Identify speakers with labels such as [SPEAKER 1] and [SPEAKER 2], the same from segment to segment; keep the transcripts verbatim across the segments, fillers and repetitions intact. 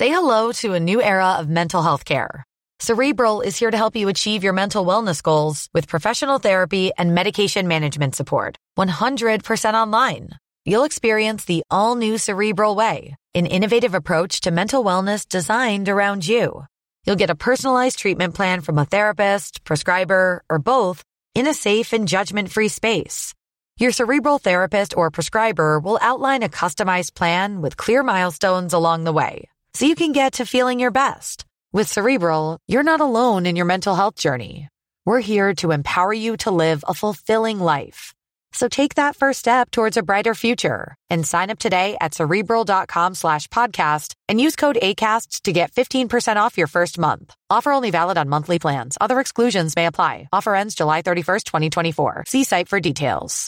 [SPEAKER 1] Say hello to a new era of mental health care. Cerebral is here to help you achieve your mental wellness goals with professional therapy and medication management support. one hundred percent online. You'll experience the all-new Cerebral Way, an innovative approach to mental wellness designed around you. You'll get a personalized treatment plan from a therapist, prescriber, or both in a safe and judgment-free space. Your Cerebral therapist or prescriber will outline a customized plan with clear milestones along the way, so you can get to feeling your best. With Cerebral, you're not alone in your mental health journey. We're here to empower you to live a fulfilling life. So take that first step towards a brighter future and sign up today at Cerebral.com slash podcast and use code ACAST to get fifteen percent off your first month. Offer only valid on monthly plans. Other exclusions may apply. Offer ends July thirty-first, twenty twenty-four. See site for details.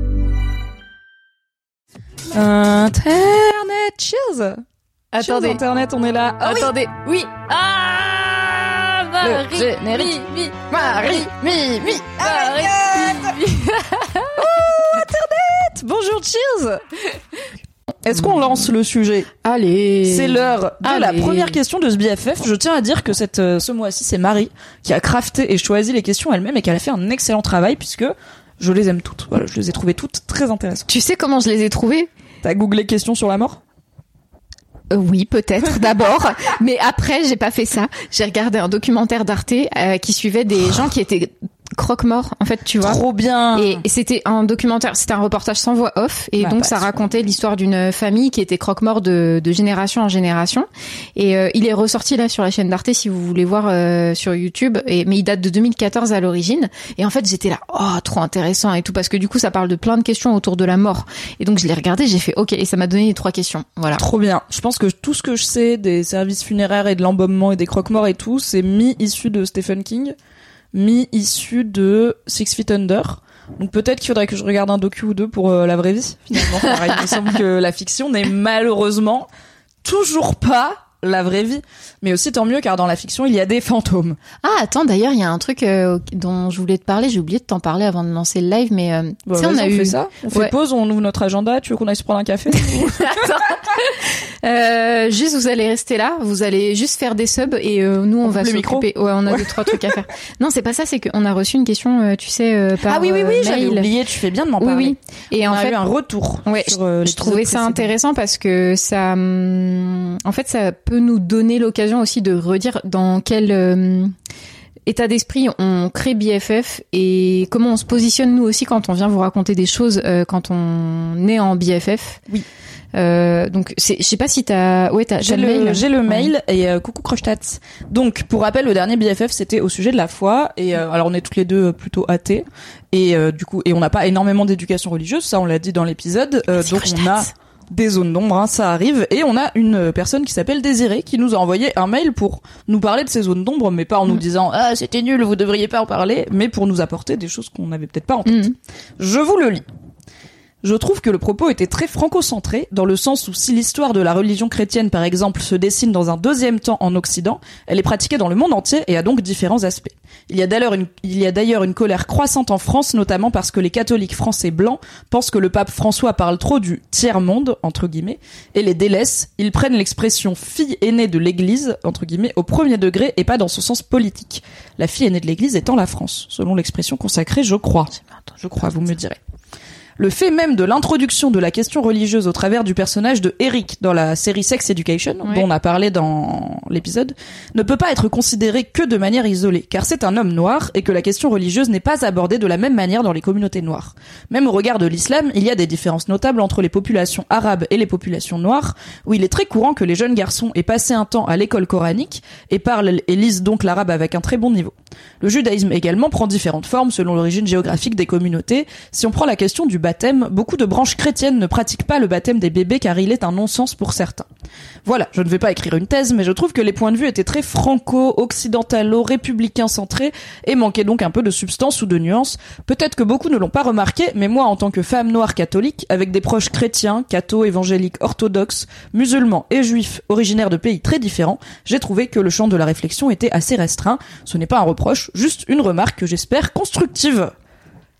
[SPEAKER 2] Internet, cheers.
[SPEAKER 3] Attendez.
[SPEAKER 2] Cheers, Internet, on est là.
[SPEAKER 3] Oh, attendez, oui. oui. Ah, Marie,
[SPEAKER 2] le générique.
[SPEAKER 3] Mi, mi, Marie, mi, mi, Marie, mi, mi.
[SPEAKER 2] Oh, Internet. Bonjour, cheers. Est-ce qu'on lance le sujet ?
[SPEAKER 3] Allez.
[SPEAKER 2] C'est l'heure de
[SPEAKER 3] Allez.
[SPEAKER 2] la première question de ce B F F. Je tiens à dire que cette, euh, ce mois-ci, c'est Marie qui a crafté et choisi les questions elle-même et qu'elle a fait un excellent travail puisque je les aime toutes. Voilà, je les ai trouvées toutes très intéressantes.
[SPEAKER 3] Tu sais comment je les ai trouvées ?
[SPEAKER 2] T'as googlé questions sur la mort ?
[SPEAKER 3] Euh, oui, peut-être d'abord, mais après j'ai pas fait ça. J'ai regardé un documentaire d'Arte euh, qui suivait des gens qui étaient croque-morts, en fait, tu vois.
[SPEAKER 2] Trop bien.
[SPEAKER 3] Et, et c'était un documentaire, c'était un reportage sans voix off, et
[SPEAKER 2] Ma
[SPEAKER 3] donc
[SPEAKER 2] passion.
[SPEAKER 3] ça racontait l'histoire d'une famille qui était croque-mort de, de génération en génération. Et euh, il est ressorti là sur la chaîne d'Arte si vous voulez voir euh, sur YouTube. Et mais il date de deux mille quatorze à l'origine. Et en fait j'étais là, oh trop intéressant et tout, parce que du coup ça parle de plein de questions autour de la mort. Et donc je l'ai regardé, j'ai fait ok, et ça m'a donné les trois questions. Voilà.
[SPEAKER 2] Trop bien. Je pense que tout ce que je sais des services funéraires et de l'embaumement et des croque-morts et tout, c'est mi-issu de Stephen King, mi-issu de Six Feet Under. Donc peut-être qu'il faudrait que je regarde un docu ou deux pour euh, la vraie vie, finalement. Pareil, il me semble que la fiction n'est malheureusement toujours pas la vraie vie. Mais aussi tant mieux, car dans la fiction, il y a des fantômes.
[SPEAKER 3] Ah attends, d'ailleurs il y a un truc euh, dont je voulais te parler, j'ai oublié de t'en parler avant de lancer le live, mais euh,
[SPEAKER 2] Bah,
[SPEAKER 3] tu sais on
[SPEAKER 2] vas-y,
[SPEAKER 3] a
[SPEAKER 2] on
[SPEAKER 3] eu
[SPEAKER 2] fait ça. On fait
[SPEAKER 3] Ouais.
[SPEAKER 2] pause, on ouvre notre agenda. Tu veux qu'on aille se prendre un café?
[SPEAKER 3] Attends. Euh, juste, vous allez rester là, vous allez juste faire des subs et euh, nous on,
[SPEAKER 2] On
[SPEAKER 3] va
[SPEAKER 2] coupe le micro.
[SPEAKER 3] s'occuper. Ouais, on a
[SPEAKER 2] Ouais.
[SPEAKER 3] deux trois trucs à faire. Non, c'est pas ça, c'est qu'on a reçu une question, euh, tu sais, euh, par
[SPEAKER 2] Ah oui, oui, oui,
[SPEAKER 3] euh,
[SPEAKER 2] j'avais
[SPEAKER 3] mail.
[SPEAKER 2] oublié. Tu fais bien de m'en
[SPEAKER 3] Oui,
[SPEAKER 2] parler.
[SPEAKER 3] oui. Et
[SPEAKER 2] on
[SPEAKER 3] en
[SPEAKER 2] a
[SPEAKER 3] fait,
[SPEAKER 2] eu un retour.
[SPEAKER 3] ouais,
[SPEAKER 2] sur, euh,
[SPEAKER 3] je trouvais ça
[SPEAKER 2] l'épisode
[SPEAKER 3] intéressant parce que ça, hum, en fait, ça peut nous donner l'occasion aussi de redire dans quel euh, état d'esprit on crée B F F et comment on se positionne nous aussi quand on vient vous raconter des choses euh, quand on est en B F F.
[SPEAKER 2] Oui.
[SPEAKER 3] Euh, donc c'est, je sais pas si t'as, ouais, t'as,
[SPEAKER 2] J'ai
[SPEAKER 3] t'as
[SPEAKER 2] le,
[SPEAKER 3] le mail.
[SPEAKER 2] j'ai le
[SPEAKER 3] Ouais.
[SPEAKER 2] mail et euh, coucou Crochetats. Donc pour rappel, le dernier B F F c'était au sujet de la foi et euh, alors on est toutes les deux plutôt athées et euh, du coup et on n'a pas énormément d'éducation religieuse, ça on l'a dit dans l'épisode. Euh,
[SPEAKER 3] Merci,
[SPEAKER 2] donc on a
[SPEAKER 3] Crochetats.
[SPEAKER 2] des zones d'ombre, hein, ça arrive, et on a une personne qui s'appelle Désirée qui nous a envoyé un mail pour nous parler de ces zones d'ombre, mais pas en nous
[SPEAKER 3] Mm.
[SPEAKER 2] disant ah c'était nul, vous devriez pas en parler, mais pour nous apporter des choses qu'on n'avait peut-être pas en tête.
[SPEAKER 3] Mhm.
[SPEAKER 2] Je vous le lis. Je trouve que le propos était très franco-centré, dans le sens où si l'histoire de la religion chrétienne, par exemple, se dessine dans un deuxième temps en Occident, elle est pratiquée dans le monde entier et a donc différents aspects. Il y a d'ailleurs une, il y a d'ailleurs une colère croissante en France, notamment parce que les catholiques français blancs pensent que le pape François parle trop du tiers-monde, entre guillemets, et les délaissent. Ils prennent l'expression fille aînée de l'église, entre guillemets, au premier degré et pas dans son sens politique. La fille aînée de l'église étant la France, selon l'expression consacrée, je crois. Je crois, vous me direz. Le fait même de l'introduction de la question religieuse au travers du personnage de Eric dans la série Sex Education,
[SPEAKER 3] Ouais.
[SPEAKER 2] dont on a parlé dans l'épisode, ne peut pas être considéré que de manière isolée, car c'est un homme noir et que la question religieuse n'est pas abordée de la même manière dans les communautés noires. Même au regard de l'islam, il y a des différences notables entre les populations arabes et les populations noires, où il est très courant que les jeunes garçons aient passé un temps à l'école coranique et parlent et lisent donc l'arabe avec un très bon niveau. Le judaïsme également prend différentes formes selon l'origine géographique des communautés. Si on prend la question du baptême, beaucoup de branches chrétiennes ne pratiquent pas le baptême des bébés car il est un non-sens pour certains. Voilà, je ne vais pas écrire une thèse, mais je trouve que les points de vue étaient très franco-occidentalo-républicains centrés et manquaient donc un peu de substance ou de nuance. Peut-être que beaucoup ne l'ont pas remarqué, mais moi, en tant que femme noire catholique, avec des proches chrétiens, catho, évangéliques, orthodoxes, musulmans et juifs originaires de pays très différents, j'ai trouvé que le champ de la réflexion était assez restreint. Ce n'est pas un reproche, juste une remarque que j'espère constructive.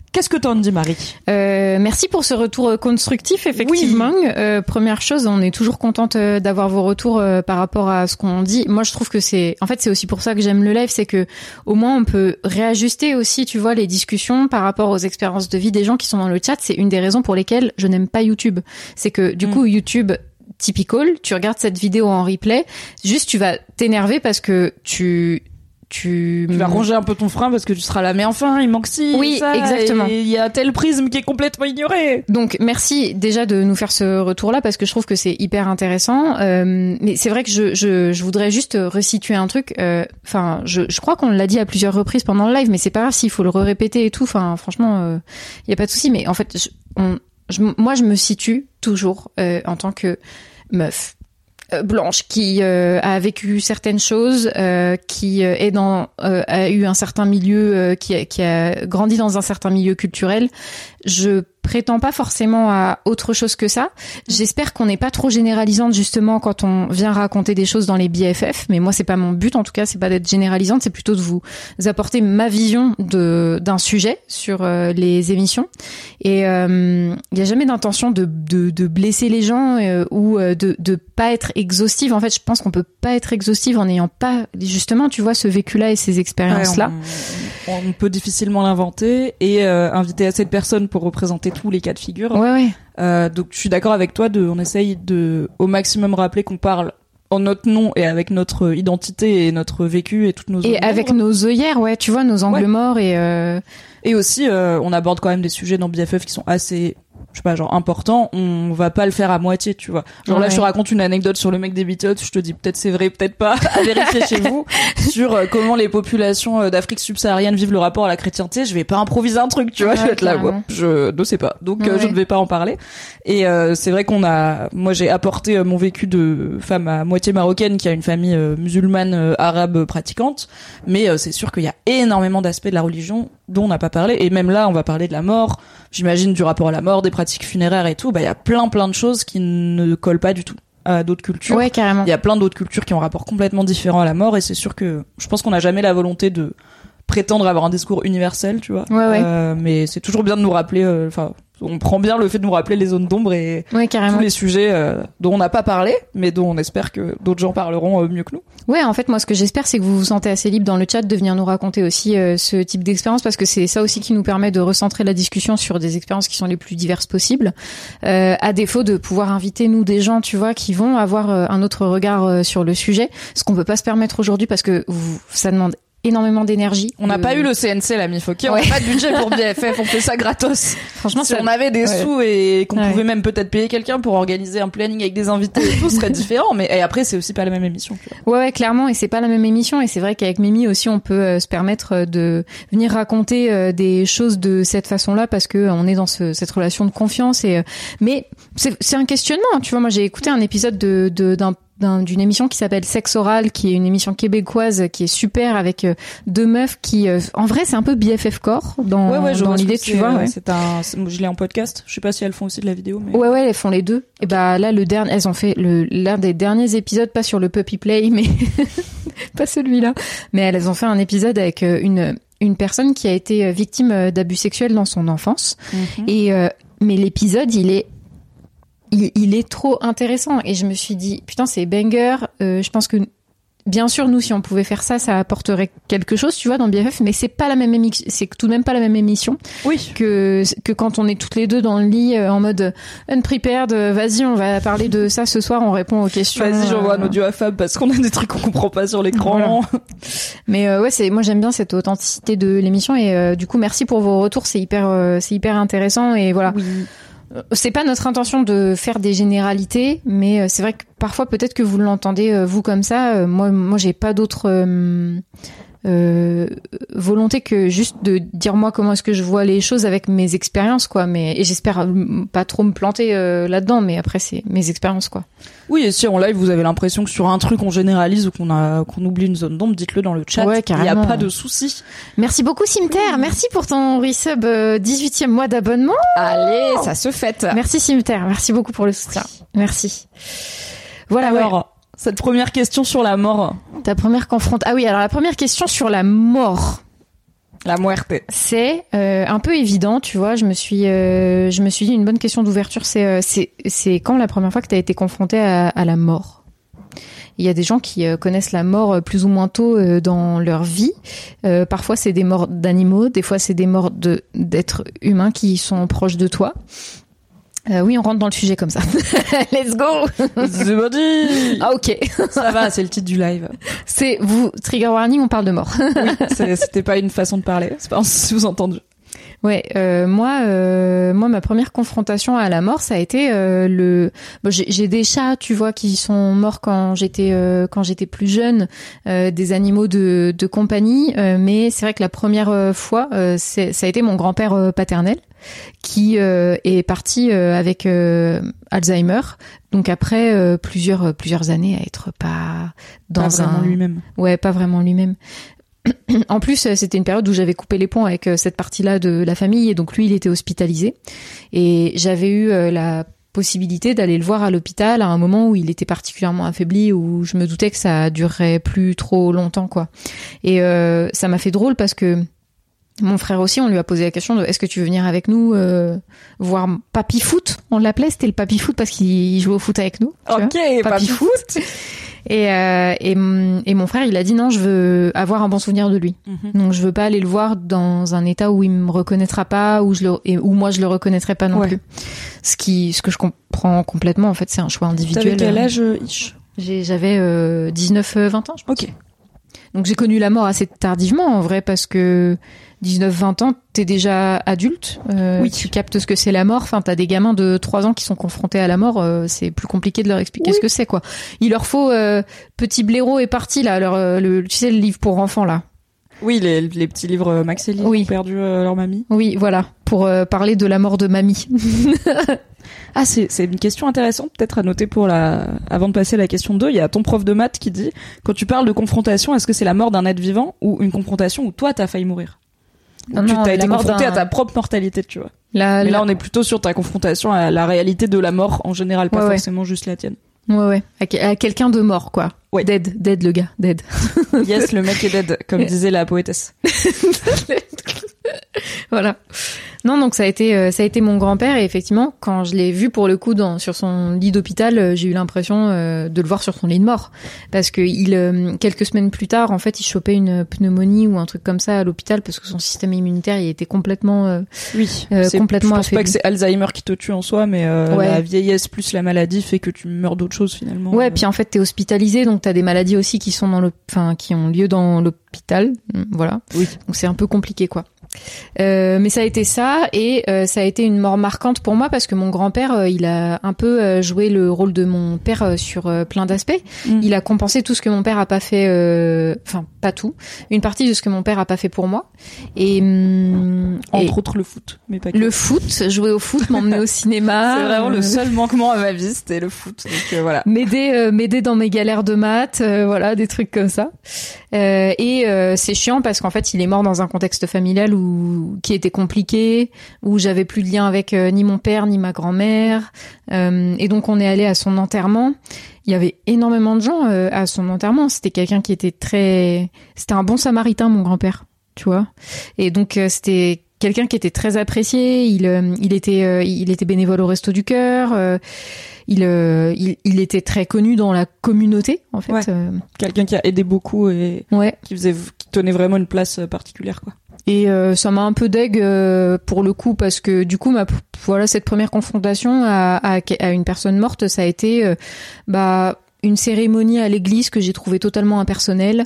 [SPEAKER 2] Qu'est-ce que t'en dis, Marie?
[SPEAKER 3] euh, Merci pour ce retour constructif, effectivement. Oui. Euh, première chose, on est toujours contente d'avoir vos retours euh, par rapport à ce qu'on dit. Moi, je trouve que c'est, en fait, c'est aussi pour ça que j'aime le live, c'est que au moins on peut réajuster aussi, tu vois, les discussions par rapport aux expériences de vie des gens qui sont dans le chat. C'est une des raisons pour lesquelles je n'aime pas YouTube. C'est que du mmh. coup, YouTube, typical, tu regardes cette vidéo en replay, juste tu vas t'énerver parce que tu Tu...
[SPEAKER 2] tu vas ronger un peu ton frein parce que tu seras là, mais enfin, il manque ci,
[SPEAKER 3] oui,
[SPEAKER 2] ça,
[SPEAKER 3] exactement.
[SPEAKER 2] Et il y a tel prisme qui est complètement ignoré.
[SPEAKER 3] Donc, merci déjà de nous faire ce retour-là parce que je trouve que c'est hyper intéressant. Euh, mais c'est vrai que je, je, je voudrais juste resituer un truc. Enfin, euh, je, je crois qu'on l'a dit à plusieurs reprises pendant le live, mais c'est pas grave s'il faut le répéter et tout. Enfin, franchement, il euh, y a pas de souci. Mais en fait, je, on, je, moi, je me situe toujours euh, en tant que meuf. Blanche qui euh, a vécu certaines choses, euh, qui euh, est dans euh, a eu un certain milieu, euh, qui a, qui a grandi dans un certain milieu culturel. Je prétends pas forcément à autre chose que ça. J'espère qu'on n'est pas trop généralisante justement quand on vient raconter des choses dans les B F F, mais moi c'est pas mon but en tout cas, c'est pas d'être généralisante, c'est plutôt de vous apporter ma vision de d'un sujet sur euh, les émissions. Et il euh, y a jamais d'intention de, de de blesser les gens euh, ou de de pas être exhaustive. En fait, je pense qu'on peut pas être exhaustive en n'ayant pas justement, tu vois, ce vécu-là et ces expériences-là.
[SPEAKER 2] Ouais, on, on peut difficilement l'inventer et euh, inviter assez de personnes pour représenter tous les cas de figure.
[SPEAKER 3] Ouais, ouais.
[SPEAKER 2] Euh, donc je suis d'accord avec toi. De, on essaye de au maximum rappeler qu'on parle en notre nom et avec notre identité et notre vécu et toutes nos
[SPEAKER 3] et avec morts. Nos œillères, ouais, tu vois, nos angles ouais. morts et euh...
[SPEAKER 2] et aussi euh, on aborde quand même des sujets dans B F F qui sont assez, je sais pas, genre important. On va pas le faire à moitié, tu vois. Genre ouais. là, je te raconte une anecdote sur le mec des Beatles. Je te dis peut-être c'est vrai, peut-être pas. À vérifier chez vous sur euh, comment les populations euh, d'Afrique subsaharienne vivent le rapport à la chrétienté. Je vais pas improviser un truc, tu vois. Ouais, je vais être là, quoi. Je ne sais pas. Donc ouais. euh, je ne vais pas en parler. Et euh, c'est vrai qu'on a, moi j'ai apporté euh, mon vécu de femme à moitié marocaine qui a une famille euh, musulmane euh, arabe pratiquante. Mais euh, c'est sûr qu'il y a énormément d'aspects de la religion dont on n'a pas parlé. Et même là, on va parler de la mort. J'imagine du rapport à la mort, des pratiques funéraires et tout. Bah il y a plein plein de choses qui ne collent pas du tout à d'autres cultures.
[SPEAKER 3] Ouais, carrément.
[SPEAKER 2] Il y a plein d'autres cultures qui ont un rapport complètement différent à la mort et c'est sûr que je pense qu'on n'a jamais la volonté de prétendre avoir un discours universel, tu vois.
[SPEAKER 3] Ouais, ouais.
[SPEAKER 2] Euh, mais c'est toujours bien de nous rappeler, enfin, euh, on prend bien le fait de nous rappeler les zones d'ombre et
[SPEAKER 3] ouais, carrément.
[SPEAKER 2] tous les sujets euh, dont on n'a pas parlé, mais dont on espère que d'autres gens parleront euh, mieux que nous.
[SPEAKER 3] Ouais, en fait, moi, ce que j'espère, c'est que vous vous sentez assez libre dans le chat de venir nous raconter aussi euh, ce type d'expérience, parce que c'est ça aussi qui nous permet de recentrer la discussion sur des expériences qui sont les plus diverses possibles, euh, à défaut de pouvoir inviter, nous, des gens, tu vois, qui vont avoir euh, un autre regard euh, sur le sujet, ce qu'on peut pas se permettre aujourd'hui parce que vous, ça demande énormément d'énergie.
[SPEAKER 2] On n'a euh... pas eu le C N C, la Mif, ok? Ouais. On n'a pas de budget pour B F F, on fait ça gratos.
[SPEAKER 3] Franchement,
[SPEAKER 2] si
[SPEAKER 3] ça...
[SPEAKER 2] on avait des ouais. sous et qu'on
[SPEAKER 3] ouais.
[SPEAKER 2] pouvait même peut-être payer quelqu'un pour organiser un planning avec des invités et tout, ce serait différent. Mais et après, c'est aussi pas la même émission. Tu
[SPEAKER 3] vois. Ouais, ouais, clairement, et c'est pas la même émission. Et c'est vrai qu'avec Mimi aussi, on peut euh, se permettre de venir raconter euh, des choses de cette façon-là parce que euh, on est dans ce, cette relation de confiance. Et euh, mais c'est, c'est un questionnement. Tu vois, moi, j'ai écouté un épisode de, de d'un D'un, d'une émission qui s'appelle Sexe Oral, qui est une émission québécoise qui est super avec euh, deux meufs qui, euh, en vrai, c'est un peu B F F Core dans,
[SPEAKER 2] ouais, ouais,
[SPEAKER 3] dans l'idée, tu vois.
[SPEAKER 2] Ouais.
[SPEAKER 3] Ouais.
[SPEAKER 2] C'est un, c'est, je l'ai en podcast. Je sais pas si elles font aussi de la vidéo, mais.
[SPEAKER 3] Ouais, ouais, elles font les deux. Et bah là, le dernier, elles ont fait le l'un des derniers épisodes, pas sur le puppy play, mais pas celui-là. Mais elles ont fait un épisode avec euh, une une personne qui a été victime d'abus sexuels dans son enfance. Mm-hmm. Et euh, mais l'épisode, il est Il, il est trop intéressant et je me suis dit putain c'est banger. Euh, je pense que bien sûr nous si on pouvait faire ça ça apporterait quelque chose tu vois dans B F F mais c'est pas la même émission, c'est tout de même pas la même émission
[SPEAKER 2] oui
[SPEAKER 3] que que quand on est toutes les deux dans le lit euh, en mode unprepared, euh, vas-y on va parler de ça ce soir, on répond aux questions,
[SPEAKER 2] vas-y j'envoie euh... un audio à Fab parce qu'on a des trucs qu'on comprend pas sur l'écran. Voilà.
[SPEAKER 3] Mais euh, ouais c'est moi j'aime bien cette authenticité de l'émission et euh, du coup merci pour vos retours, c'est hyper euh, c'est hyper intéressant et voilà.
[SPEAKER 2] Oui.
[SPEAKER 3] C'est pas notre intention de faire des généralités, mais c'est vrai que parfois peut-être que vous l'entendez vous comme ça. Moi, moi, j'ai pas d'autre euh, euh, volonté que juste de dire moi comment est-ce que je vois les choses avec mes expériences, quoi. Mais et j'espère pas trop me planter euh, là-dedans, mais après c'est mes expériences, quoi.
[SPEAKER 2] Oui, et si en live vous avez l'impression que sur un truc on généralise ou qu'on a qu'on oublie une zone d'ombre, dites-le dans le chat.
[SPEAKER 3] Ouais,
[SPEAKER 2] il y a pas de souci.
[SPEAKER 3] Merci beaucoup Cimetière, oui. Merci pour ton resub euh, dix-huitième mois d'abonnement.
[SPEAKER 2] Allez, ça se fête.
[SPEAKER 3] Merci Cimetière, merci beaucoup pour le soutien. Merci. Voilà.
[SPEAKER 2] Alors,
[SPEAKER 3] ouais.
[SPEAKER 2] Cette première question sur la mort.
[SPEAKER 3] Ta première confronte. Ah oui, alors la première question sur la mort.
[SPEAKER 2] La muerte.
[SPEAKER 3] C'est euh, un peu évident, tu vois. Je me suis, euh, je me suis dit une bonne question d'ouverture. C'est, euh, c'est, c'est quand la première fois que tu as été confronté à, à la mort. Il y a des gens qui euh, connaissent la mort plus ou moins tôt euh, dans leur vie. Euh, parfois, c'est des morts d'animaux. Des fois, c'est des morts de d'êtres humains qui sont proches de toi. Euh, oui, on rentre dans le sujet comme ça. Let's go.
[SPEAKER 2] C'est parti.
[SPEAKER 3] Ah ok.
[SPEAKER 2] Ça va, c'est le titre du live.
[SPEAKER 3] C'est vous trigger warning, on parle de mort.
[SPEAKER 2] Oui, c'est, c'était pas une façon de parler. C'est pas un sous-entendu.
[SPEAKER 3] Ouais, euh, moi, euh, moi, ma première confrontation à la mort, ça a été euh, le. Bon, j'ai, j'ai des chats, tu vois, qui sont morts quand j'étais euh, quand j'étais plus jeune, euh, des animaux de de compagnie. Euh, mais c'est vrai que la première fois, euh, c'est, ça a été mon grand-père euh, paternel qui euh, est parti euh, avec euh, Alzheimer. Donc après euh, plusieurs plusieurs années à être pas dans
[SPEAKER 2] pas vraiment
[SPEAKER 3] un
[SPEAKER 2] lui-même.
[SPEAKER 3] Ouais, pas vraiment lui-même. En plus, c'était une période où j'avais coupé les ponts avec cette partie-là de la famille et donc lui, il était hospitalisé et j'avais eu la possibilité d'aller le voir à l'hôpital à un moment où il était particulièrement affaibli, où je me doutais que ça durerait plus trop longtemps, quoi. Et euh, ça m'a fait drôle parce que mon frère aussi, on lui a posé la question de est-ce que tu veux venir avec nous euh, voir Papy Foot, on l'appelait, c'était le Papy Foot parce qu'il jouait au foot avec nous.
[SPEAKER 2] Ok, Papy Foot.
[SPEAKER 3] Et, euh, et, et mon frère, il a dit non, je veux avoir un bon souvenir de lui. Mm-hmm. Donc je veux pas aller le voir dans un état où il me reconnaîtra pas, où je le, et où moi je le reconnaîtrai pas non ouais. plus. Ce qui, ce que je comprends complètement, en fait, c'est un choix individuel.
[SPEAKER 2] T'avais quel âge, Ish
[SPEAKER 3] J'ai, J'avais euh, dix-neuf vingt ans, je pense.
[SPEAKER 2] Ok.
[SPEAKER 3] Donc j'ai connu la mort assez tardivement, en vrai, parce que dix-neuf vingt ans, t'es déjà adulte, euh, oui. Tu captes ce que c'est la mort. Enfin, t'as des gamins de trois ans qui sont confrontés à la mort, euh, c'est plus compliqué de leur expliquer oui. ce que c'est, quoi. Il leur faut euh, Petit blaireau est parti là, leur, euh, le, tu sais le livre pour enfants là.
[SPEAKER 2] Oui, les, les petits livres Max et Lily oui. ont perdu euh, leur mamie.
[SPEAKER 3] Oui, voilà, pour euh, parler de la mort de mamie.
[SPEAKER 2] Ah, c'est, c'est une question intéressante, peut-être à noter pour la, avant de passer à la question deux. Il y a ton prof de maths qui dit, quand tu parles de confrontation, est-ce que c'est la mort d'un être vivant ou une confrontation où toi t'as failli mourir? Non, tu t'as été confronté d'un... à ta propre mortalité, tu vois. La, Mais la... là, on est plutôt sur ta confrontation à la réalité de la mort en général, pas ouais, forcément ouais. juste la tienne.
[SPEAKER 3] Ouais, ouais. À, à quelqu'un de mort, quoi.
[SPEAKER 2] Ouais.
[SPEAKER 3] Dead, dead le gars, dead.
[SPEAKER 2] Yes, le mec est dead, comme disait la poétesse.
[SPEAKER 3] Voilà. Non, donc ça a été euh, ça a été mon grand-père et effectivement, quand je l'ai vu pour le coup dans sur son lit d'hôpital, euh, j'ai eu l'impression euh, de le voir sur son lit de mort parce que il euh, quelques semaines plus tard, en fait, il chopait une pneumonie ou un truc comme ça à l'hôpital parce que son système immunitaire, il était complètement euh,
[SPEAKER 2] oui,
[SPEAKER 3] euh,
[SPEAKER 2] c'est,
[SPEAKER 3] complètement
[SPEAKER 2] je pense
[SPEAKER 3] affaibli.
[SPEAKER 2] Pas que c'est Alzheimer qui te tue en soi, mais euh, ouais. la vieillesse plus la maladie fait que tu meurs d'autres choses finalement.
[SPEAKER 3] Ouais,
[SPEAKER 2] euh...
[SPEAKER 3] puis en fait, t'es hospitalisé, donc t'as des maladies aussi qui sont dans le enfin qui ont lieu dans l'hôpital, voilà.
[SPEAKER 2] Oui.
[SPEAKER 3] Donc c'est un peu compliqué, quoi. Euh, mais ça a été ça et euh, ça a été une mort marquante pour moi parce que mon grand-père euh, il a un peu euh, joué le rôle de mon père euh, sur euh, plein d'aspects. Mmh. Il a compensé tout ce que mon père a pas fait, enfin euh, pas tout, une partie de ce que mon père a pas fait pour moi. Et hum,
[SPEAKER 2] entre
[SPEAKER 3] et
[SPEAKER 2] autres le foot, mais pas que.
[SPEAKER 3] Le foot, jouer au foot, m'emmener au cinéma.
[SPEAKER 2] C'est vraiment le seul manquement à ma vie, c'était le foot. Donc euh, voilà.
[SPEAKER 3] M'aider, euh, m'aider dans mes galères de maths, euh, voilà, des trucs comme ça. Euh, et euh, c'est chiant parce qu'en fait il est mort dans un contexte familial où qui était compliqué, où j'avais plus de lien avec euh, ni mon père ni ma grand-mère, euh, et donc on est allé à son enterrement. Il y avait énormément de gens euh, à son enterrement. C'était quelqu'un qui était très, c'était un bon samaritain, mon grand-père, tu vois. Et donc euh, c'était quelqu'un qui était très apprécié. Il euh, il était euh, il était bénévole au Resto du Cœur. Euh, il, euh, il il était très connu dans la communauté, en fait.
[SPEAKER 2] Ouais.
[SPEAKER 3] Euh...
[SPEAKER 2] Quelqu'un qui a aidé beaucoup et
[SPEAKER 3] ouais.
[SPEAKER 2] qui faisait qui tenait vraiment une place particulière, quoi.
[SPEAKER 3] Et euh, ça m'a un peu deg euh, pour le coup parce que du coup ma voilà cette première confrontation à, à, à une personne morte, ça a été euh, bah une cérémonie à l'église que j'ai trouvée totalement impersonnelle.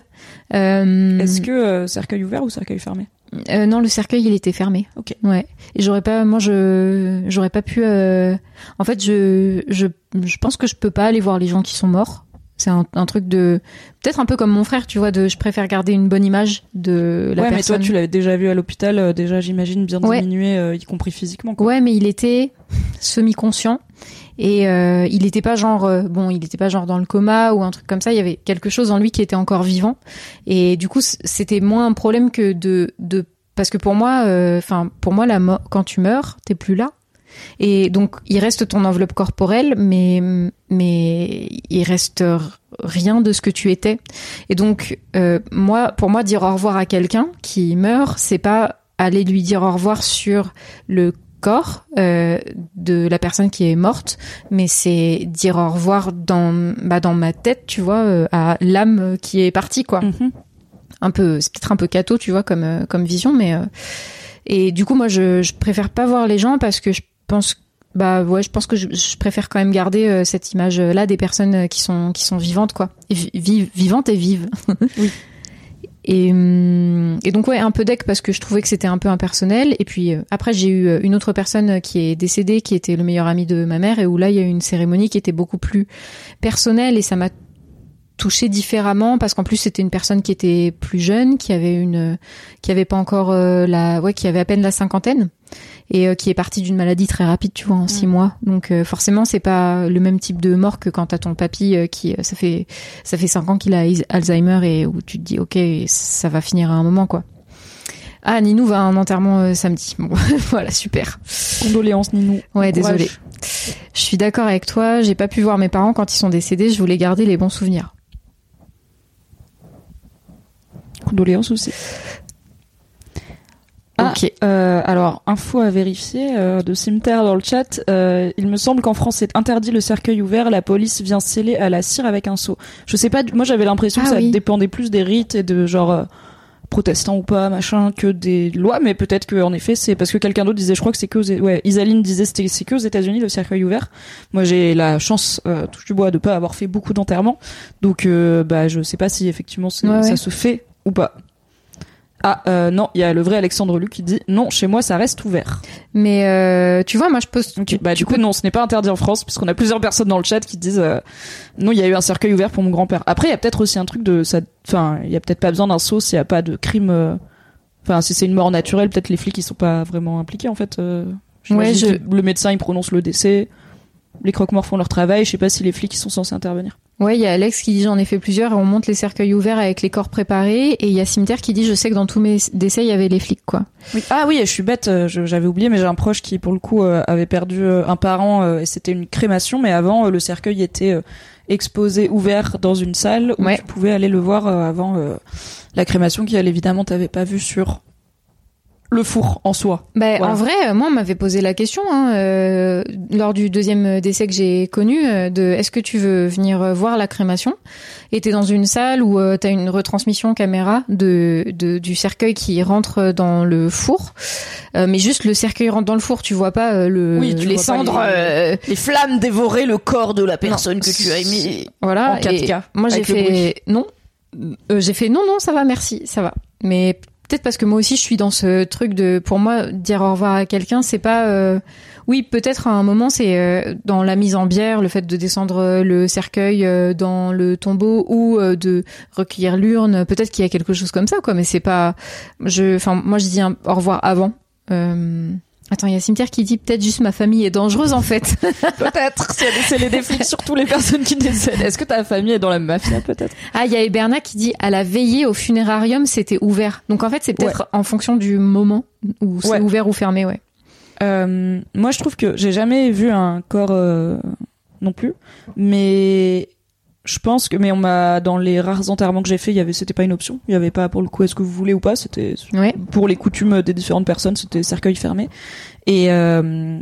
[SPEAKER 3] Euh,
[SPEAKER 2] Est-ce que euh, cercueil ouvert ou cercueil fermé?
[SPEAKER 3] Euh, non, le cercueil il était fermé.
[SPEAKER 2] Ok.
[SPEAKER 3] Ouais. Et j'aurais pas, moi je j'aurais pas pu. Euh... En fait, je je je pense que je peux pas aller voir les gens qui sont morts. C'est un, un truc de peut-être un peu comme mon frère, tu vois, de je préfère garder une bonne image de la
[SPEAKER 2] ouais, personne. Ouais, mais toi tu l'avais déjà vu à l'hôpital, euh, déjà j'imagine bien diminué, ouais. euh, y compris physiquement, quoi.
[SPEAKER 3] Ouais, mais il était semi-conscient et euh, il était pas genre euh, bon, il était pas genre dans le coma ou un truc comme ça. Il y avait quelque chose en lui qui était encore vivant et du coup c'était moins un problème que de de parce que pour moi, enfin euh, pour moi la mo- quand tu meurs, t'es plus là. Et donc, il reste ton enveloppe corporelle, mais, mais il reste rien de ce que tu étais. Et donc, euh, moi, pour moi, dire au revoir à quelqu'un qui meurt, c'est pas aller lui dire au revoir sur le corps euh, de la personne qui est morte, mais c'est dire au revoir dans, bah, dans ma tête, tu vois, euh, à l'âme qui est partie, quoi. Mm-hmm. Un peu, c'est peut-être un peu catho, tu vois, comme, euh, comme vision, mais... Euh, et du coup, moi, je, je préfère pas voir les gens parce que je pense, bah ouais, je pense que je, je préfère quand même garder euh, cette image-là des personnes qui sont qui sont vivantes, quoi, et vi- vivantes et vives. Oui. Et, et donc ouais, un peu deck parce que je trouvais que c'était un peu impersonnel. Et puis euh, après, j'ai eu une autre personne qui est décédée, qui était le meilleur ami de ma mère, et où là, il y a eu une cérémonie qui était beaucoup plus personnelle et ça m'a touchée différemment parce qu'en plus c'était une personne qui était plus jeune, qui avait une, qui avait pas encore euh, la, ouais, qui avait à peine la cinquantaine et euh, qui est partie d'une maladie très rapide, tu vois, en mmh. six mois. Donc euh, forcément c'est pas le même type de mort que quand t'as ton papy euh, qui, ça fait, ça fait cinq ans qu'il a Alzheimer et où tu te dis ok, ça va finir à un moment, quoi. Ah, Ninou va à un enterrement euh, samedi. Bon, voilà, super.
[SPEAKER 2] Condoléances, Ninou.
[SPEAKER 3] Ouais, désolée. Je suis d'accord avec toi. J'ai pas pu voir mes parents quand ils sont décédés. Je voulais garder les bons souvenirs.
[SPEAKER 2] Condoléances aussi. Ah, ok. Euh, alors, info à vérifier euh, de Cimetière dans le chat. Euh, il me semble qu'en France, c'est interdit le cercueil ouvert. La police vient sceller à la cire avec un seau. Je sais pas. Moi, j'avais l'impression ah, que ça oui. dépendait plus des rites et de genre euh, protestants ou pas, machin, que des lois. Mais peut-être que en effet, c'est parce que quelqu'un d'autre disait. Je crois que c'est que aux, ouais, Isaline disait c'était c'est que aux États-Unis le cercueil ouvert. Moi, j'ai la chance, euh, touche du bois, de pas avoir fait beaucoup d'enterrements. Donc, euh, bah, je sais pas si effectivement c'est, ouais, ça ouais. se fait ou pas. Ah euh, non, il y a le vrai Alexandre Luc qui dit non, chez moi ça reste ouvert.
[SPEAKER 3] Mais euh, tu vois, moi je pose.
[SPEAKER 2] Okay. Bah du coup non, ce n'est pas interdit en France puisqu'on a plusieurs personnes dans le chat qui disent euh, non, il y a eu un cercueil ouvert pour mon grand-père. Après il y a peut-être aussi un truc de ça, enfin il y a peut-être pas besoin d'un sceau s'il y a pas de crime. Enfin euh... si c'est une mort naturelle, peut-être les flics ils sont pas vraiment impliqués en fait. Euh...
[SPEAKER 3] Ouais, je...
[SPEAKER 2] le médecin il prononce le décès, les croque-morts font leur travail. Je sais pas si les flics ils sont censés intervenir.
[SPEAKER 3] Ouais, il y a Alex qui dit j'en ai fait plusieurs et on monte les cercueils ouverts avec les corps préparés, et il y a Cimetière qui dit je sais que dans tous mes décès il y avait les flics, quoi.
[SPEAKER 2] Oui. Ah oui, je suis bête, je, j'avais oublié, mais j'ai un proche qui pour le coup euh, avait perdu euh, un parent euh, et c'était une crémation, mais avant euh, le cercueil était euh, exposé ouvert dans une salle où ouais. tu pouvais aller le voir euh, avant euh, la crémation qui elle évidemment t'avais pas vu sur le four en soi.
[SPEAKER 3] Bah,
[SPEAKER 2] voilà.
[SPEAKER 3] En vrai, moi, on m'avait posé la question hein, euh, lors du deuxième décès que j'ai connu euh, de est-ce que tu veux venir voir la crémation ? Et t'es dans une salle où euh, t'as une retransmission caméra de, de du cercueil qui rentre dans le four, euh, mais juste le cercueil rentre dans le four, tu vois pas euh, le
[SPEAKER 2] oui, tu
[SPEAKER 3] les
[SPEAKER 2] vois
[SPEAKER 3] cendres,
[SPEAKER 2] pas les,
[SPEAKER 3] euh...
[SPEAKER 2] les flammes dévorer le corps de la personne non. que tu as mis.
[SPEAKER 3] Voilà.
[SPEAKER 2] En quatre K.
[SPEAKER 3] Moi, j'ai fait non. Euh, j'ai fait non, non, ça va, merci, ça va. Mais peut-être parce que moi aussi je suis dans ce truc de, pour moi, dire au revoir à quelqu'un, c'est pas, euh, oui, peut-être à un moment c'est euh, dans la mise en bière, le fait de descendre le cercueil euh, dans le tombeau ou euh, de recueillir l'urne, peut-être qu'il y a quelque chose comme ça, quoi. Mais c'est pas, je, enfin, moi je dis un au revoir avant. Euh... Attends, il y a Cimetière qui dit peut-être juste ma famille est dangereuse en fait.
[SPEAKER 2] Peut-être, c'est, c'est les déflics, surtout les personnes qui décèdent. Est-ce que ta famille est dans la mafia peut-être ?
[SPEAKER 3] Ah, il y a Eberna qui dit à la veillée au funérarium c'était ouvert. Donc en fait c'est peut-être ouais. en fonction du moment où c'est ouais. ouvert ou fermé, ouais.
[SPEAKER 2] Euh, moi je trouve que j'ai jamais vu un corps euh, non plus, mais je pense que, mais on m'a, dans les rares enterrements que j'ai fait, il y avait, c'était pas une option. Il y avait pas, pour le coup, est-ce que vous voulez ou pas, c'était,
[SPEAKER 3] ouais.
[SPEAKER 2] pour les coutumes des différentes personnes, c'était cercueil fermé. Et, euh,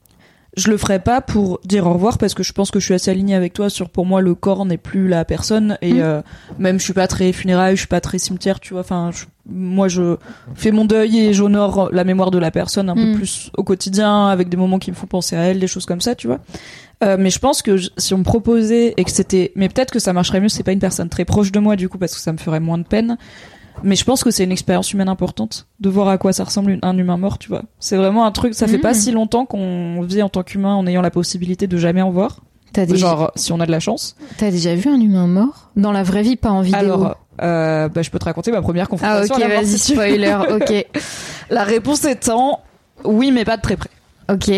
[SPEAKER 2] je le ferais pas pour dire au revoir parce que je pense que je suis assez alignée avec toi sur, pour moi, le corps n'est plus la personne et, mmh. euh, même je suis pas très funérailles, je suis pas très cimetière, tu vois, enfin, je, moi, je fais mon deuil et j'honore la mémoire de la personne un mmh. peu plus au quotidien avec des moments qui me font penser à elle, des choses comme ça, tu vois. Euh, mais je pense que je, si on me proposait et que c'était, mais peut-être que ça marcherait mieux, c'est pas une personne très proche de moi du coup parce que ça me ferait moins de peine. Mais je pense que c'est une expérience humaine importante de voir à quoi ça ressemble une, un humain mort, tu vois. C'est vraiment un truc, ça mmh. fait pas si longtemps qu'on vit en tant qu'humain en ayant la possibilité de jamais en voir.
[SPEAKER 3] T'as déjà...
[SPEAKER 2] Genre, si on a de la chance.
[SPEAKER 3] T'as déjà vu un humain mort ? Dans la vraie vie, pas en vidéo.
[SPEAKER 2] Alors, euh, bah, je peux te raconter ma première confrontation.
[SPEAKER 3] Ah ok,
[SPEAKER 2] à la mort,
[SPEAKER 3] vas-y,
[SPEAKER 2] si
[SPEAKER 3] spoiler, ok.
[SPEAKER 2] La réponse étant, oui, mais pas de très près.
[SPEAKER 3] Ok.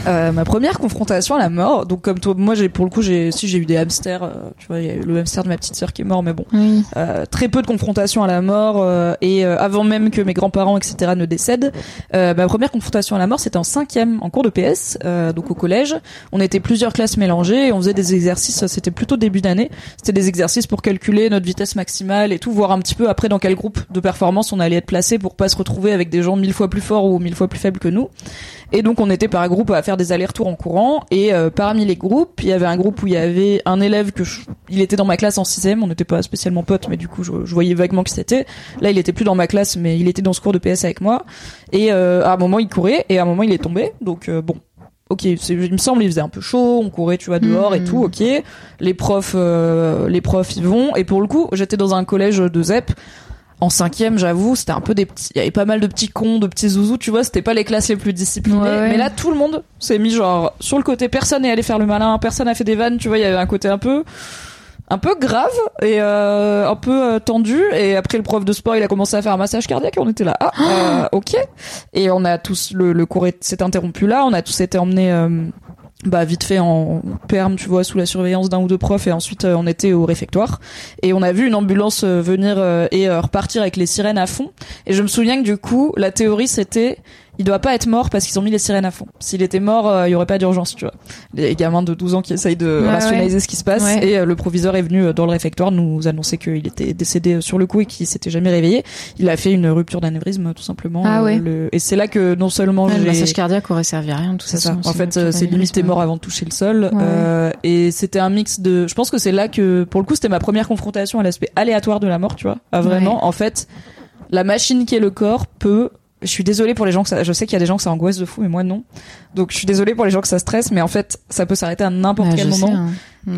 [SPEAKER 2] Euh, ma première confrontation à la mort, donc comme toi, moi j'ai pour le coup j'ai si j'ai eu des hamsters, euh, tu vois, il y a eu le hamster de ma petite sœur qui est mort, mais bon,
[SPEAKER 3] Oui.
[SPEAKER 2] euh, très peu de confrontations à la mort euh, et euh, avant même que mes grands-parents et cetera ne décèdent. Euh, ma première confrontation à la mort c'était en cinquième, en cours de P S, euh, donc au collège. On était plusieurs classes mélangées et on faisait des exercices. C'était plutôt début d'année. C'était des exercices pour calculer notre vitesse maximale et tout, voir un petit peu après dans quel groupe de performance on allait être placé pour pas se retrouver avec des gens mille fois plus forts ou mille fois plus faibles que nous. Et donc on était par groupe à faire des allers-retours en courant et euh, parmi les groupes il y avait un groupe où il y avait un élève que je, il était dans ma classe en sixième, on n'était pas spécialement potes mais du coup je, je voyais vaguement qui c'était. Là il était plus dans ma classe mais il était dans ce cours de P S avec moi et euh, à un moment il courait et à un moment il est tombé donc euh, bon. Ok, c'est, il me semble il faisait un peu chaud, on courait tu vois dehors mmh. et tout, ok. Les profs, euh, les profs y vont et pour le coup j'étais dans un collège de Z E P. En cinquième, j'avoue, c'était un peu des petits, il y avait pas mal de petits cons, de petits zouzous, tu vois, c'était pas les classes les plus disciplinées. Ouais, ouais. Mais là, tout le monde s'est mis genre sur le côté, personne n'est allé faire le malin, personne n'a fait des vannes, tu vois, il y avait un côté un peu, un peu grave et euh, un peu euh, tendu. Et après, le prof de sport, il a commencé à faire un massage cardiaque et on était là, ah, euh, ok. Et on a tous, le, le cours s'est interrompu là, on a tous été emmenés, euh, bah vite fait en perme tu vois sous la surveillance d'un ou deux profs et ensuite euh, on était au réfectoire et on a vu une ambulance euh, venir euh, et euh, repartir avec les sirènes à fond et je me souviens que du coup la théorie c'était il doit pas être mort parce qu'ils ont mis les sirènes à fond. S'il était mort, euh, il y aurait pas d'urgence, tu vois. Les gamins de douze ans qui essayent de ouais, rationaliser ouais. ce qui se passe ouais. et euh, le proviseur est venu euh, dans le réfectoire nous annoncer qu'il était décédé sur le coup et qu'il s'était jamais réveillé. Il a fait une rupture d'anévrisme tout simplement.
[SPEAKER 3] Ah euh, ouais.
[SPEAKER 2] le... Et c'est là que non seulement
[SPEAKER 3] ouais,
[SPEAKER 2] j'ai...
[SPEAKER 3] le massage cardiaque aurait servi à rien, tout
[SPEAKER 2] c'est
[SPEAKER 3] ça.
[SPEAKER 2] ça. En fait, c'est limite t'es mort avant de toucher le sol. Ouais. Euh, et c'était un mix de. Je pense que c'est là que, pour le coup, c'était ma première confrontation à l'aspect aléatoire de la mort, tu vois. À vraiment, ouais. en fait, la machine qui est le corps peut. Je suis désolée pour les gens que ça, je sais qu'il y a des gens que ça angoisse de fou, mais moi non. Donc je suis désolée pour les gens que ça stresse, mais en fait, ça peut s'arrêter à n'importe bah, quel moment. Sais, hein. mmh.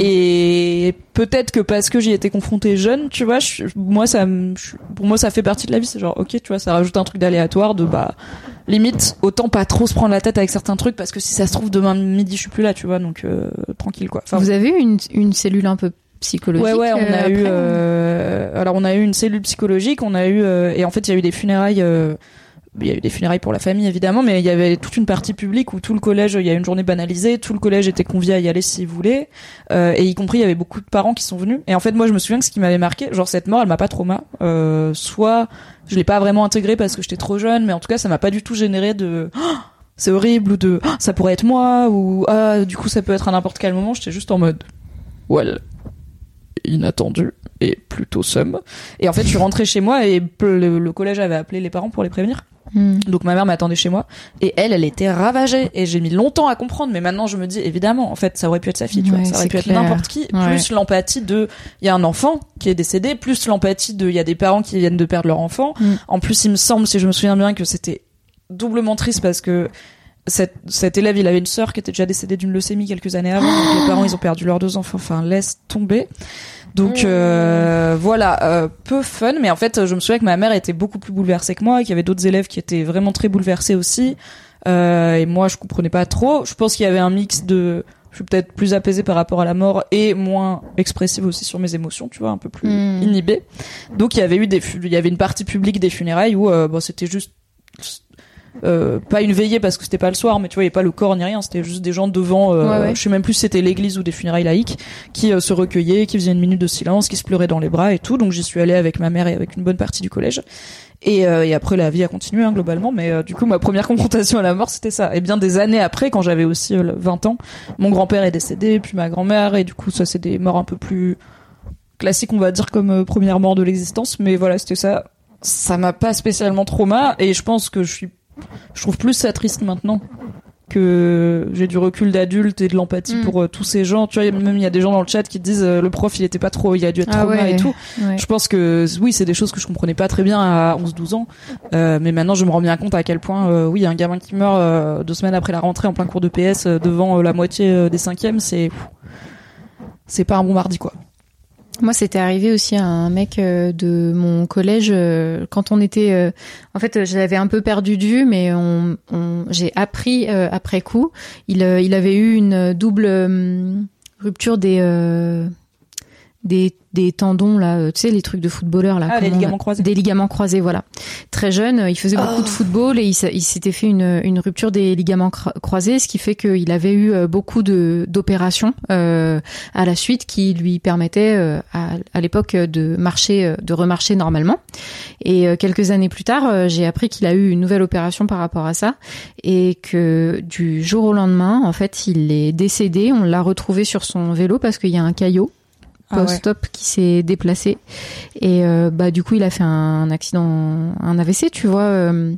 [SPEAKER 2] Et peut-être que parce que j'y étais confrontée jeune, tu vois, je, moi ça, je, pour moi ça fait partie de la vie. C'est genre, ok, tu vois, ça rajoute un truc d'aléatoire, de bah, limite, autant pas trop se prendre la tête avec certains trucs, parce que si ça se trouve demain midi je suis plus là, tu vois, donc euh, tranquille quoi. Enfin,
[SPEAKER 3] vous avez eu une, une cellule un peu psychologique.
[SPEAKER 2] Ouais ouais, on a
[SPEAKER 3] euh,
[SPEAKER 2] eu,
[SPEAKER 3] après,
[SPEAKER 2] euh, alors on a eu une cellule psychologique, on a eu, euh, et en fait il y a eu des funérailles. Euh, Il y a eu des funérailles pour la famille évidemment, mais il y avait toute une partie publique où tout le collège, il y a une journée banalisée, tout le collège était convié à y aller s'il voulait, euh, et y compris il y avait beaucoup de parents qui sont venus. Et en fait moi je me souviens que ce qui m'avait marqué, genre cette mort elle m'a pas trauma, euh, soit je l'ai pas vraiment intégrée parce que j'étais trop jeune, mais en tout cas ça m'a pas du tout généré de oh, c'est horrible ou de oh, ça pourrait être moi ou ah du coup ça peut être à n'importe quel moment. J'étais juste en mode well inattendu et plutôt somme. Et en fait je suis rentrée chez moi et le, le collège avait appelé les parents pour les prévenir. Mmh. Donc ma mère m'attendait chez moi et elle, elle était ravagée et j'ai mis longtemps à comprendre, mais maintenant je me dis évidemment, en fait, ça aurait pu être sa fille, tu ouais, vois, ça aurait pu clair. être n'importe qui, ouais. plus l'empathie de, il y a un enfant qui est décédé, plus l'empathie de, il y a des parents qui viennent de perdre leur enfant. Mmh. En plus, il me semble, si je me souviens bien, que c'était doublement triste parce que cet, cet élève, il avait une sœur qui était déjà décédée d'une leucémie quelques années avant, donc les parents, ils ont perdu leurs deux enfants, enfin, laisse tomber. Donc euh, voilà, euh, peu fun, mais en fait je me souviens que ma mère était beaucoup plus bouleversée que moi, qu'il y avait d'autres élèves qui étaient vraiment très bouleversés aussi, euh, et moi je comprenais pas trop. Je pense qu'il y avait un mix de, je suis peut-être plus apaisée par rapport à la mort et moins expressive aussi sur mes émotions, tu vois, un peu plus mmh. inhibée. Donc il y avait eu des, il y avait une partie publique des funérailles où euh, bon c'était juste Euh, pas une veillée parce que c'était pas le soir, mais tu vois, il y avait pas le corps ni rien, c'était juste des gens devant, euh, ouais, ouais. je sais même plus si c'était l'église ou des funérailles laïques, qui euh, se recueillaient, qui faisaient une minute de silence, qui se pleuraient dans les bras et tout. Donc j'y suis allée avec ma mère et avec une bonne partie du collège. Et, euh, et après la vie a continué hein, globalement, mais euh, du coup ma première confrontation à la mort c'était ça. Et bien des années après, quand j'avais aussi euh, vingt ans, mon grand-père est décédé, puis ma grand-mère, et du coup ça c'est des morts un peu plus classiques on va dire comme euh, première mort de l'existence. Mais voilà, c'était ça. Ça m'a pas spécialement trauma et je pense que je suis Je trouve plus ça triste maintenant que j'ai du recul d'adulte et de l'empathie mmh. pour euh, tous ces gens. Tu vois, même il y a des gens dans le chat qui disent euh, le prof il était pas trop, il a dû être
[SPEAKER 3] ah
[SPEAKER 2] trauma
[SPEAKER 3] ouais,
[SPEAKER 2] et tout.
[SPEAKER 3] Ouais.
[SPEAKER 2] Je pense que oui, c'est des choses que je comprenais pas très bien à onze douze ans. Euh, mais maintenant je me rends bien compte à quel point euh, oui, un gamin qui meurt euh, deux semaines après la rentrée en plein cours de P S euh, devant euh, la moitié euh, des cinquièmes, c'est c'est pas un bon mardi quoi.
[SPEAKER 3] Moi, c'était arrivé aussi à un mec de mon collège quand on était. Euh, en fait, je l'avais un peu perdu de vue, mais on, on, j'ai appris euh, après coup. Il, il avait eu une double euh, rupture des euh, des des tendons là, tu sais les trucs de footballeurs là,
[SPEAKER 2] ah, les ligaments croisés.
[SPEAKER 3] Des ligaments croisés, voilà. Très jeune, il faisait beaucoup oh. de football et il, il s'était fait une une rupture des ligaments croisés, ce qui fait qu'il avait eu beaucoup de d'opérations euh, à la suite qui lui permettaient euh, à, à l'époque de marcher, de remarcher normalement. Et euh, quelques années plus tard, euh, j'ai appris qu'il a eu une nouvelle opération par rapport à ça et que du jour au lendemain, en fait, il est décédé. On l'a retrouvé sur son vélo parce qu'il y a un caillot post-op ah ouais. qui s'est déplacé et euh, bah du coup il a fait un accident, un A V C, tu vois. Euh,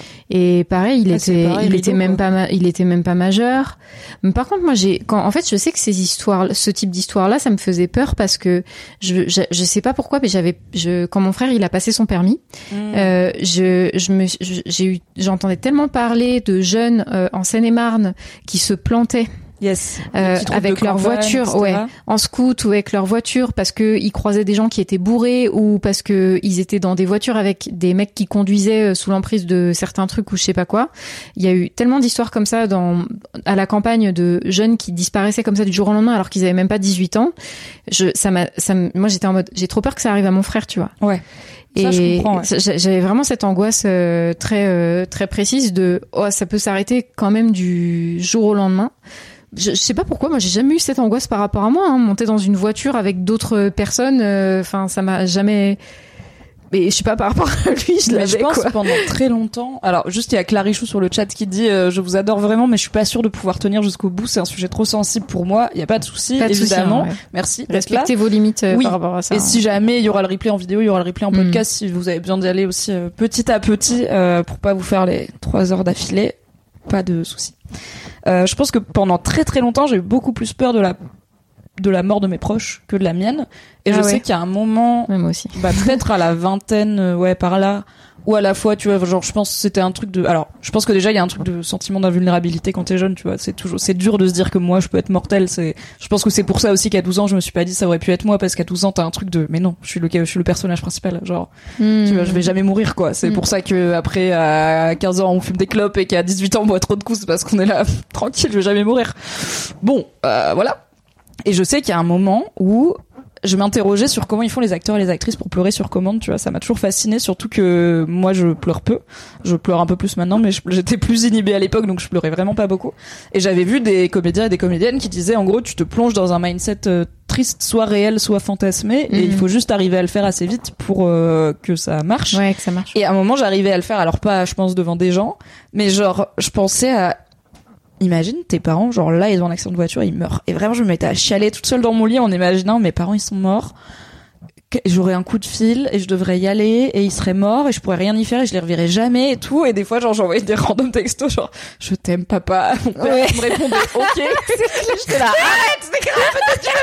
[SPEAKER 3] et pareil, il ah, était, pareil, il était même quoi. pas, il était même pas majeur. Mais par contre, moi, j'ai, quand, en fait, je sais que ces histoires, ce type d'histoire-là, ça me faisait peur parce que je, je, je sais pas pourquoi, mais j'avais, je, quand mon frère, il a passé son permis, mmh. euh, je, je me, j'ai eu, j'entendais tellement parler de jeunes euh, en Seine-et-Marne qui se plantaient.
[SPEAKER 2] Yes.
[SPEAKER 3] Euh, avec leur voiture, ouais, en scout ou avec leur voiture parce que ils croisaient des gens qui étaient bourrés ou parce que ils étaient dans des voitures avec des mecs qui conduisaient sous l'emprise de certains trucs ou je sais pas quoi. Il y a eu tellement d'histoires comme ça dans à la campagne de jeunes qui disparaissaient comme ça du jour au lendemain alors qu'ils avaient même pas dix-huit ans. Je, ça m'a, ça, moi j'étais en mode, j'ai trop peur que ça arrive à mon frère, tu vois.
[SPEAKER 2] Ouais.
[SPEAKER 3] Et
[SPEAKER 2] ça, je comprends, ouais.
[SPEAKER 3] J'avais vraiment cette angoisse euh, très euh, très précise de oh ça peut s'arrêter quand même du jour au lendemain. Je, je sais pas pourquoi, moi j'ai jamais eu cette angoisse par rapport à moi. Hein. Monter dans une voiture avec d'autres personnes, enfin euh, ça m'a jamais. Mais je sais pas par rapport à lui, je l'avais.
[SPEAKER 2] Je pense
[SPEAKER 3] quoi.
[SPEAKER 2] Pendant très longtemps. Alors juste il y a Clarichou sur le chat qui dit euh, je vous adore vraiment, mais je suis pas sûre de pouvoir tenir jusqu'au bout. C'est un sujet trop sensible pour moi. Il y a pas de souci, pas de évidemment. Souci, hein, ouais. Merci.
[SPEAKER 3] Respectez vos limites euh,
[SPEAKER 2] oui.
[SPEAKER 3] par rapport à ça.
[SPEAKER 2] Et
[SPEAKER 3] hein.
[SPEAKER 2] si jamais il y aura le replay en vidéo, il y aura le replay en podcast. Mm. Si vous avez besoin d'y aller aussi euh, petit à petit euh, pour pas vous faire les trois heures d'affilée, pas de souci. Euh, je pense que pendant très très longtemps, j'ai eu beaucoup plus peur de la de la mort de mes proches que de la mienne. Et ah je ouais. sais qu'il y a un moment,
[SPEAKER 3] ouais, moi aussi.
[SPEAKER 2] Bah peut-être à la vingtaine, euh, ouais par là, ou à la fois, tu vois, genre je pense que c'était un truc de. Alors, je pense que déjà il y a un truc de sentiment d'invulnérabilité quand t'es jeune, tu vois. C'est toujours, c'est dur de se dire que moi je peux être mortel. C'est, je pense que c'est pour ça aussi qu'à douze ans je me suis pas dit ça aurait pu être moi parce qu'à douze ans t'as un truc de, mais non, je suis le, je suis le personnage principal, genre, mmh. tu vois, je vais jamais mourir quoi. C'est mmh. pour ça que après à quinze ans on fume des clopes et qu'à dix-huit ans on boit trop de coups parce qu'on est là tranquille, je vais jamais mourir. Bon, euh, voilà. Et je sais qu'il y a un moment où je m'interrogeais sur comment ils font les acteurs et les actrices pour pleurer sur commande, tu vois, ça m'a toujours fasciné, surtout que moi je pleure peu, je pleure un peu plus maintenant, mais je, j'étais plus inhibée à l'époque, donc je pleurais vraiment pas beaucoup. Et j'avais vu des comédiens et des comédiennes qui disaient, en gros, tu te plonges dans un mindset euh, triste, soit réel, soit fantasmé, mm-hmm. et il faut juste arriver à le faire assez vite pour euh, que ça marche.
[SPEAKER 3] Ouais, que ça marche.
[SPEAKER 2] Et à un moment, j'arrivais à le faire, alors pas, je pense, devant des gens, mais genre, je pensais à imagine tes parents, genre là ils ont un accident de voiture, ils meurent. Et vraiment je me mettais à chialer toute seule dans mon lit en imaginant mes parents ils sont morts, j'aurais un coup de fil et je devrais y aller et ils seraient morts et je pourrais rien y faire et je les reverrai jamais et tout. Et des fois genre j'envoyais des random textos genre je t'aime papa. Mon père ouais. me répondait ok. J'étais là arrête c'est grave peut-être tu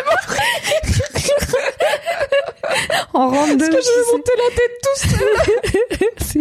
[SPEAKER 2] vas mourir.
[SPEAKER 3] En random.
[SPEAKER 2] Parce que je vais monter la tête tout seul.
[SPEAKER 3] C'est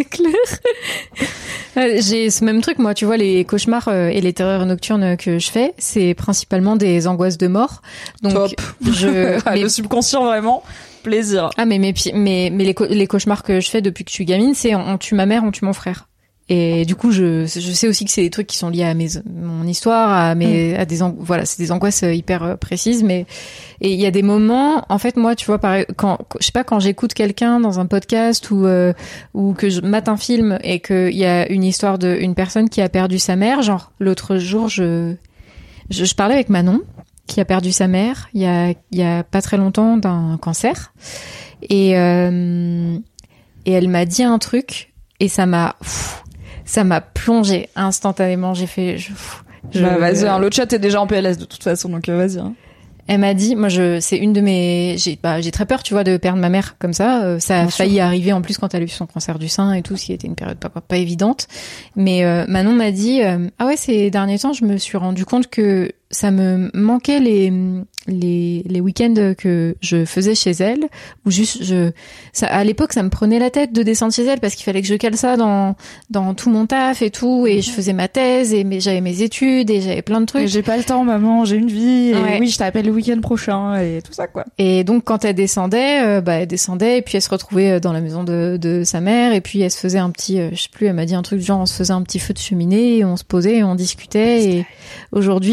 [SPEAKER 3] clair. J'ai ce même truc, moi, tu vois, les cauchemars euh, et les terreurs nocturnes que je fais, c'est principalement des angoisses de mort. Donc,
[SPEAKER 2] top.
[SPEAKER 3] Je,
[SPEAKER 2] mais... Le subconscient, vraiment, plaisir.
[SPEAKER 3] Ah, mais, mais, mais, mais les, les cauchemars que je fais depuis que je suis gamine, c'est on, on tue ma mère, on tue mon frère. Et du coup, je, je sais aussi que c'est des trucs qui sont liés à mes, mon histoire, à mes, mmh. à des, voilà, c'est des angoisses hyper précises, mais, et il y a des moments, en fait, moi, tu vois, pareil, quand, je sais pas, quand j'écoute quelqu'un dans un podcast ou, euh, ou que je mate un film et qu'il y a une histoire de, une personne qui a perdu sa mère, genre, l'autre jour, je, je, je parlais avec Manon, qui a perdu sa mère, il y a, il y a pas très longtemps d'un cancer. Et, euh, et elle m'a dit un truc, et ça m'a, pff, ça m'a plongé instantanément. J'ai fait, je, je
[SPEAKER 2] bah, vas-y, hein, le chat est déjà en P L S de toute façon, donc euh, vas-y. Hein.
[SPEAKER 3] Elle m'a dit, moi, je, c'est une de mes, j'ai, bah, j'ai très peur, tu vois, de perdre ma mère comme ça. Euh, ça a Bien failli sûr. arriver en plus quand elle a eu son cancer du sein et tout, ce qui était une période pas, pas évidente. Mais euh, Manon m'a dit, euh, ah ouais, ces derniers temps, je me suis rendu compte que ça me manquait les les les week-ends que je faisais chez elle, où juste je ça à l'époque ça me prenait la tête de descendre chez elle parce qu'il fallait que je cale ça dans dans tout mon taf et tout, et je faisais ma thèse et mais j'avais mes études et j'avais plein de trucs.
[SPEAKER 2] Et j'ai pas le temps maman, j'ai une vie et ouais. oui je t'appelle le week-end prochain et tout ça quoi.
[SPEAKER 3] Et donc quand elle descendait, euh, bah elle descendait et puis elle se retrouvait dans la maison de de sa mère et puis elle se faisait un petit, euh, je sais plus, elle m'a dit un truc du genre on se faisait un petit feu de cheminée et on se posait et on discutait. Et aujourd'hui euh,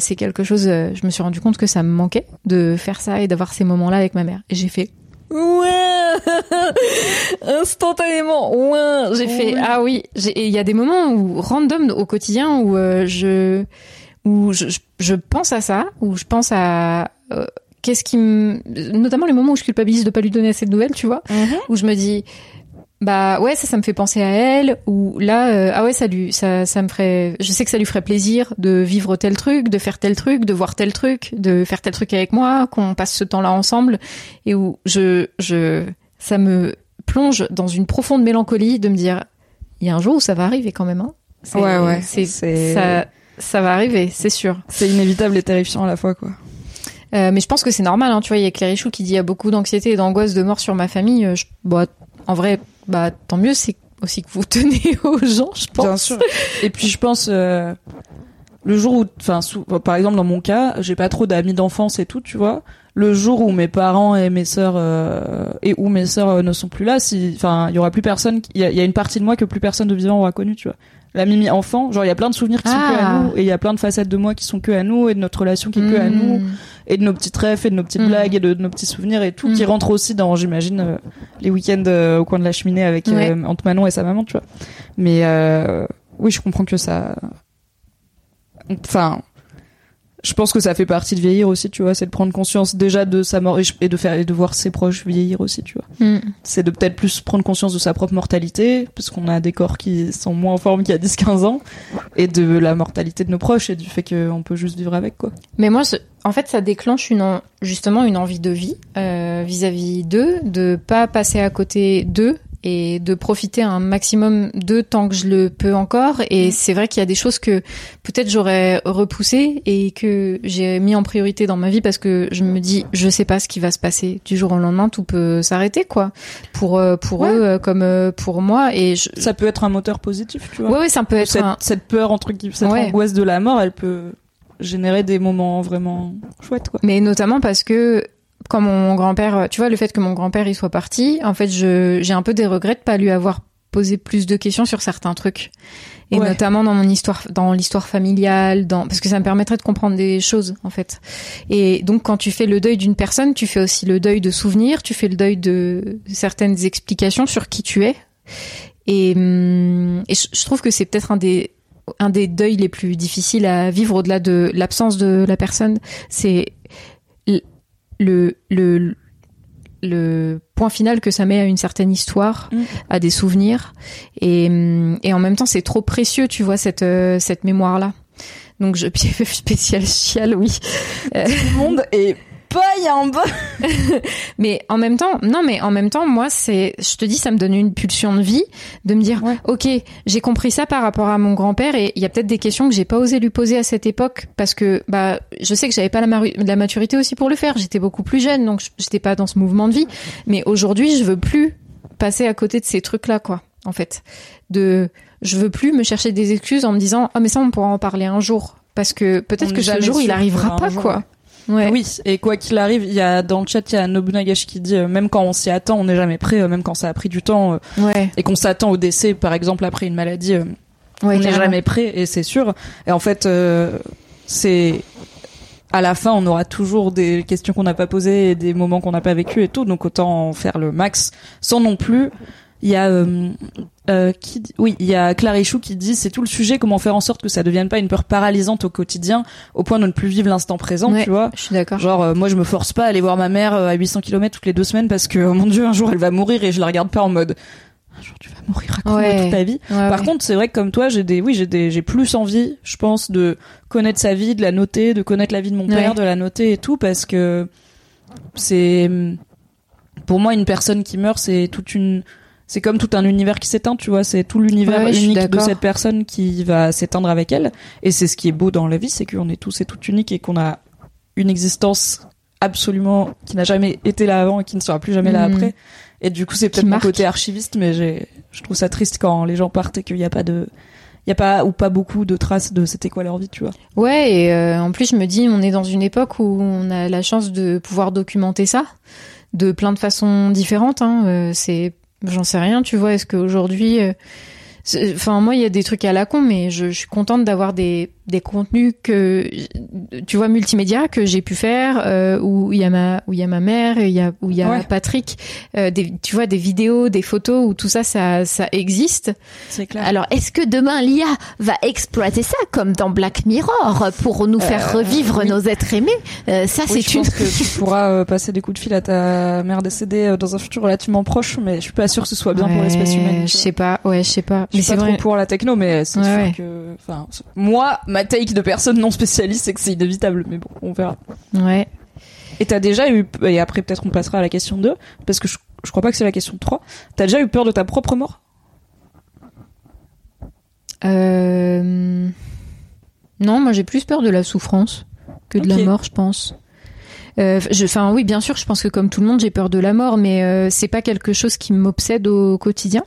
[SPEAKER 3] c'est quelque chose, euh, je me suis rendu compte que ça me manquait de faire ça et d'avoir ces moments-là avec ma mère. Et j'ai fait ouais, instantanément, ouais. J'ai fait ouais. ah oui. Et il y a des moments où random au quotidien où euh, je où je, je je pense à ça, où je pense à euh, qu'est-ce qui me, notamment les moments où je culpabilise de pas lui donner assez de nouvelles, tu vois, mm-hmm. où je me dis bah ouais, ça ça me fait penser à elle, ou là euh, ah ouais, ça lui ça ça me ferait, je sais que ça lui ferait plaisir de vivre tel truc, de faire tel truc, de voir tel truc, de faire tel truc avec moi, qu'on passe ce temps-là ensemble, et où je je ça me plonge dans une profonde mélancolie de me dire il y a un jour où ça va arriver quand même, hein. C'est,
[SPEAKER 2] ouais ouais,
[SPEAKER 3] c'est,
[SPEAKER 2] c'est
[SPEAKER 3] ça ça va arriver, c'est sûr.
[SPEAKER 2] C'est inévitable et terrifiant à la fois, quoi.
[SPEAKER 3] Euh, mais je pense que c'est normal, hein, tu vois, il y a Clérichou qui dit il y a beaucoup d'anxiété et d'angoisse de mort sur ma famille. Je, bon, en vrai, bah tant mieux, c'est aussi que vous tenez aux gens, je pense.
[SPEAKER 2] Bien sûr. Et puis je pense euh, le jour où, enfin, par exemple dans mon cas, j'ai pas trop d'amis d'enfance et tout, tu vois. Le jour où mes parents et mes sœurs euh, et où mes sœurs euh, ne sont plus là, si, enfin, il y aura plus personne. Il y a, y a une partie de moi que plus personne de vivant aura connue, tu vois. La Mimi enfant, genre il y a plein de souvenirs qui ah. sont que à nous, et il y a plein de facettes de moi qui sont que à nous, et de notre relation qui est mmh. que à nous, et de nos petits rêves, et de nos petites mmh. blagues, et de, de nos petits souvenirs et tout, mmh. qui rentrent aussi dans, j'imagine, euh, les week-ends euh, au coin de la cheminée avec ouais. euh, Aunt Manon et sa maman, tu vois. Mais euh, oui, je comprends que ça, enfin, je pense que ça fait partie de vieillir aussi, tu vois, c'est de prendre conscience déjà de sa mort et de faire et de voir ses proches vieillir aussi, tu vois. Mm. C'est de peut-être plus prendre conscience de sa propre mortalité, parce qu'on a des corps qui sont moins en forme qu'il y a dix quinze ans, et de la mortalité de nos proches et du fait qu'on peut juste vivre avec, quoi.
[SPEAKER 3] Mais moi, en fait, ça déclenche une en... justement une envie de vie euh, vis-à-vis d'eux, de pas passer à côté d'eux, et de profiter un maximum d'eux tant que je le peux encore. Et mmh. c'est vrai qu'il y a des choses que peut-être j'aurais repoussées et que j'ai mis en priorité dans ma vie parce que je me dis, je sais pas ce qui va se passer du jour au lendemain, tout peut s'arrêter, quoi. Pour pour ouais. eux comme pour moi. Et je...
[SPEAKER 2] ça peut être un moteur positif, tu vois.
[SPEAKER 3] Ouais, ouais, ça peut être
[SPEAKER 2] cette,
[SPEAKER 3] un...
[SPEAKER 2] cette peur entre guillemets, cette ouais. angoisse de la mort, elle peut générer des moments vraiment chouettes, quoi.
[SPEAKER 3] Mais notamment parce que quand mon grand-père, tu vois, le fait que mon grand-père il soit parti, en fait, je j'ai un peu des regrets de pas lui avoir posé plus de questions sur certains trucs, et ouais. notamment dans mon histoire, dans l'histoire familiale, dans parce que ça me permettrait de comprendre des choses, en fait. Et donc, quand tu fais le deuil d'une personne, tu fais aussi le deuil de souvenirs, tu fais le deuil de certaines explications sur qui tu es, et, et je trouve que c'est peut-être un des un des deuils les plus difficiles à vivre au-delà de l'absence de la personne, c'est le le le point final que ça met à une certaine histoire, mmh. à des souvenirs, et et en même temps c'est trop précieux, tu vois, cette euh, cette mémoire là. Donc je spécial chial, oui.
[SPEAKER 2] Tout le monde est pas y a un bon.
[SPEAKER 3] Mais en même temps, non, mais en même temps, moi, c'est, je te dis, ça me donne une pulsion de vie de me dire, ouais. ok, j'ai compris ça par rapport à mon grand-père, et il y a peut-être des questions que j'ai pas osé lui poser à cette époque parce que, bah, je sais que j'avais pas la, maru- la maturité aussi pour le faire. J'étais beaucoup plus jeune, donc j'étais pas dans ce mouvement de vie. Mais aujourd'hui, je veux plus passer à côté de ces trucs-là, quoi. En fait, de, je veux plus me chercher des excuses en me disant, ah, oh, mais ça, on pourra en parler un jour, parce que peut-être on que ce jour, il arrivera pas, jour, quoi. Ouais.
[SPEAKER 2] Ouais. Oui, et quoi qu'il arrive, il y a dans le chat, il y a Nobunagashi qui dit euh, même quand on s'y attend, on n'est jamais prêt, euh, même quand ça a pris du temps, euh,
[SPEAKER 3] ouais.
[SPEAKER 2] et qu'on s'attend au décès, par exemple après une maladie, euh,
[SPEAKER 3] ouais,
[SPEAKER 2] on n'est jamais prêt, et c'est sûr. Et en fait, euh, c'est à la fin, on aura toujours des questions qu'on n'a pas posées, et des moments qu'on n'a pas vécu et tout, donc autant en faire le max, sans non plus. Il y a euh, euh, qui dit, oui, il y a Clarichou qui dit c'est tout le sujet, comment faire en sorte que ça devienne pas une peur paralysante au quotidien, au point de ne plus vivre l'instant présent,
[SPEAKER 3] ouais,
[SPEAKER 2] tu vois.
[SPEAKER 3] Je suis d'accord.
[SPEAKER 2] Genre euh, moi je me force pas à aller voir ma mère euh, à huit cents kilomètres toutes les deux semaines parce que oh mon Dieu un jour elle va mourir et je la regarde pas en mode un jour tu vas mourir, raconte-moi
[SPEAKER 3] ouais.
[SPEAKER 2] toute ta vie.
[SPEAKER 3] Ouais,
[SPEAKER 2] Par
[SPEAKER 3] ouais.
[SPEAKER 2] contre c'est vrai que comme toi j'ai des oui j'ai des j'ai plus envie je pense de connaître sa vie, de la noter, de connaître la vie de mon père,
[SPEAKER 3] ouais.
[SPEAKER 2] de la noter et tout parce que c'est pour moi une personne qui meurt c'est toute une c'est comme tout un univers qui s'éteint, tu vois, c'est tout l'univers
[SPEAKER 3] ouais,
[SPEAKER 2] unique de cette personne qui va s'éteindre avec elle. Et c'est ce qui est beau dans la vie, c'est qu'on est tous et toutes uniques et qu'on a une existence absolument qui n'a jamais été là avant et qui ne sera plus jamais mmh. là après. Et du coup, c'est peut-être mon côté archiviste, mais j'ai, je trouve ça triste quand les gens partent et qu'il n'y a pas de, il y a pas ou pas beaucoup de traces de c'était quoi leur vie, tu vois.
[SPEAKER 3] Ouais, et euh, en plus, je me dis, on est dans une époque où on a la chance de pouvoir documenter ça de plein de façons différentes. Hein. Euh, c'est J'en sais rien, tu vois. Est-ce qu'aujourd'hui, euh, Enfin, moi, il y a des trucs à la con, mais je, je suis contente d'avoir des, des contenus que, tu vois, multimédia que j'ai pu faire, euh, où il y a ma, où il y a ma mère, il y a, où il y a
[SPEAKER 2] ouais.
[SPEAKER 3] Patrick, euh, des, tu vois, des vidéos, des photos, où tout ça, ça, ça existe.
[SPEAKER 2] C'est clair.
[SPEAKER 4] Alors, est-ce que demain l'I A va exploiter ça comme dans Black Mirror pour nous faire
[SPEAKER 2] euh,
[SPEAKER 4] revivre
[SPEAKER 2] oui.
[SPEAKER 4] nos êtres aimés? euh, Ça,
[SPEAKER 2] oui,
[SPEAKER 4] c'est
[SPEAKER 2] je
[SPEAKER 4] une.
[SPEAKER 2] pense que tu pourras euh, passer des coups de fil à ta mère décédée dans un futur relativement proche, mais je suis pas sûre que ce soit bien
[SPEAKER 3] ouais,
[SPEAKER 2] pour l'espèce humaine.
[SPEAKER 3] Je sais pas, ouais, je sais pas.
[SPEAKER 2] Je
[SPEAKER 3] Mais
[SPEAKER 2] suis
[SPEAKER 3] c'est
[SPEAKER 2] pas
[SPEAKER 3] vrai.
[SPEAKER 2] trop pour la techno, mais c'est
[SPEAKER 3] Ouais,
[SPEAKER 2] sûr
[SPEAKER 3] ouais.
[SPEAKER 2] que, enfin, moi, ma take de personne non spécialiste, c'est que c'est inévitable, mais bon, on verra.
[SPEAKER 3] Ouais.
[SPEAKER 2] Et t'as déjà eu, et après peut-être on passera à la question deux, parce que je, je crois pas que c'est la question trois, t'as déjà eu peur de ta propre mort?
[SPEAKER 3] Euh... Non, moi j'ai plus peur de la souffrance que de
[SPEAKER 2] Ok.
[SPEAKER 3] la mort, je pense. Euh, je, enfin oui, bien sûr, je pense que comme tout le monde, j'ai peur de la mort, mais euh, c'est pas quelque chose qui m'obsède au quotidien.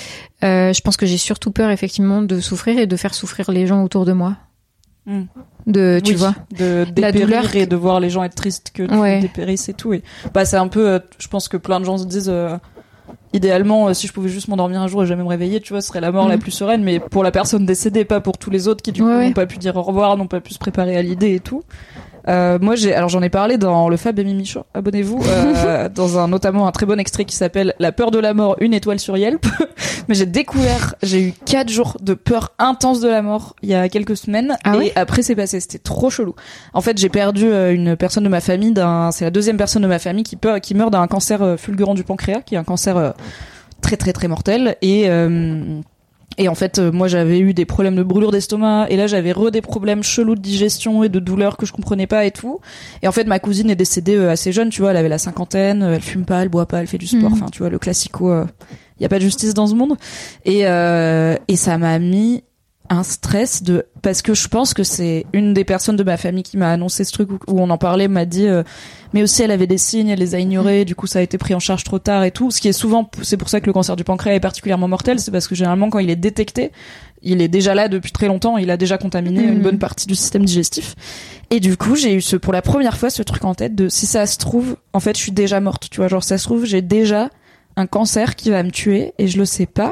[SPEAKER 3] Euh, je pense que j'ai surtout peur effectivement de souffrir et de faire souffrir les gens autour de moi.
[SPEAKER 2] Mm.
[SPEAKER 3] De, tu
[SPEAKER 2] Oui,
[SPEAKER 3] vois.
[SPEAKER 2] de
[SPEAKER 3] La
[SPEAKER 2] dépérir
[SPEAKER 3] douleur
[SPEAKER 2] et de voir les gens être tristes que tu
[SPEAKER 3] Ouais.
[SPEAKER 2] dépérisses et tout. Et bah c'est un peu, euh, je pense que plein de gens se disent, euh, idéalement, euh, si je pouvais juste m'endormir un jour et jamais me réveiller, tu vois, ce serait la mort
[SPEAKER 3] Mm.
[SPEAKER 2] la plus sereine, mais pour la personne décédée, pas pour tous les autres qui du
[SPEAKER 3] Ouais,
[SPEAKER 2] coup
[SPEAKER 3] ouais.
[SPEAKER 2] n'ont pas pu dire au revoir, n'ont pas pu se préparer à l'idée et tout. Euh, moi j'ai, alors j'en ai parlé dans le Fab et Mimi Show, abonnez-vous, euh, dans un notamment un très bon extrait qui s'appelle La peur de la mort, une étoile sur Yelp. Mais j'ai découvert, j'ai eu quatre jours de peur intense de la mort il y a quelques semaines,
[SPEAKER 3] Ah
[SPEAKER 2] et
[SPEAKER 3] ouais
[SPEAKER 2] après c'est passé, c'était trop chelou. En fait j'ai perdu euh, une personne de ma famille, d'un, c'est la deuxième personne de ma famille qui, peut, qui meurt d'un cancer euh, fulgurant du pancréas, qui est un cancer euh, très très très mortel, et euh, Et en fait, euh, moi, j'avais eu des problèmes de brûlure d'estomac, et là, j'avais re des problèmes chelous de digestion et de douleur que je comprenais pas et tout. Et en fait, ma cousine est décédée euh, assez jeune, tu vois, elle avait la cinquantaine, euh, elle fume pas, elle boit pas, elle fait du sport,
[SPEAKER 3] Mhm.
[SPEAKER 2] enfin, tu vois, le classico, il euh, y a pas de justice dans ce monde. Et euh, et ça m'a mis un stress de, parce que je pense que c'est une des personnes de ma famille qui m'a annoncé ce truc où, où on en parlait, m'a dit euh, mais aussi elle avait des signes, elle les a ignorés, du coup ça a été pris en charge trop tard et tout, ce qui est souvent, c'est pour ça que le cancer du pancréas est particulièrement mortel, c'est parce que généralement quand il est détecté, il est déjà là depuis très longtemps, il a déjà contaminé
[SPEAKER 3] Mmh.
[SPEAKER 2] une bonne partie du système digestif. Et du coup, j'ai eu ce, pour la première fois ce truc en tête de, si ça se trouve, en fait je suis déjà morte, tu vois, genre ça se trouve j'ai déjà un cancer qui va me tuer et je le sais pas.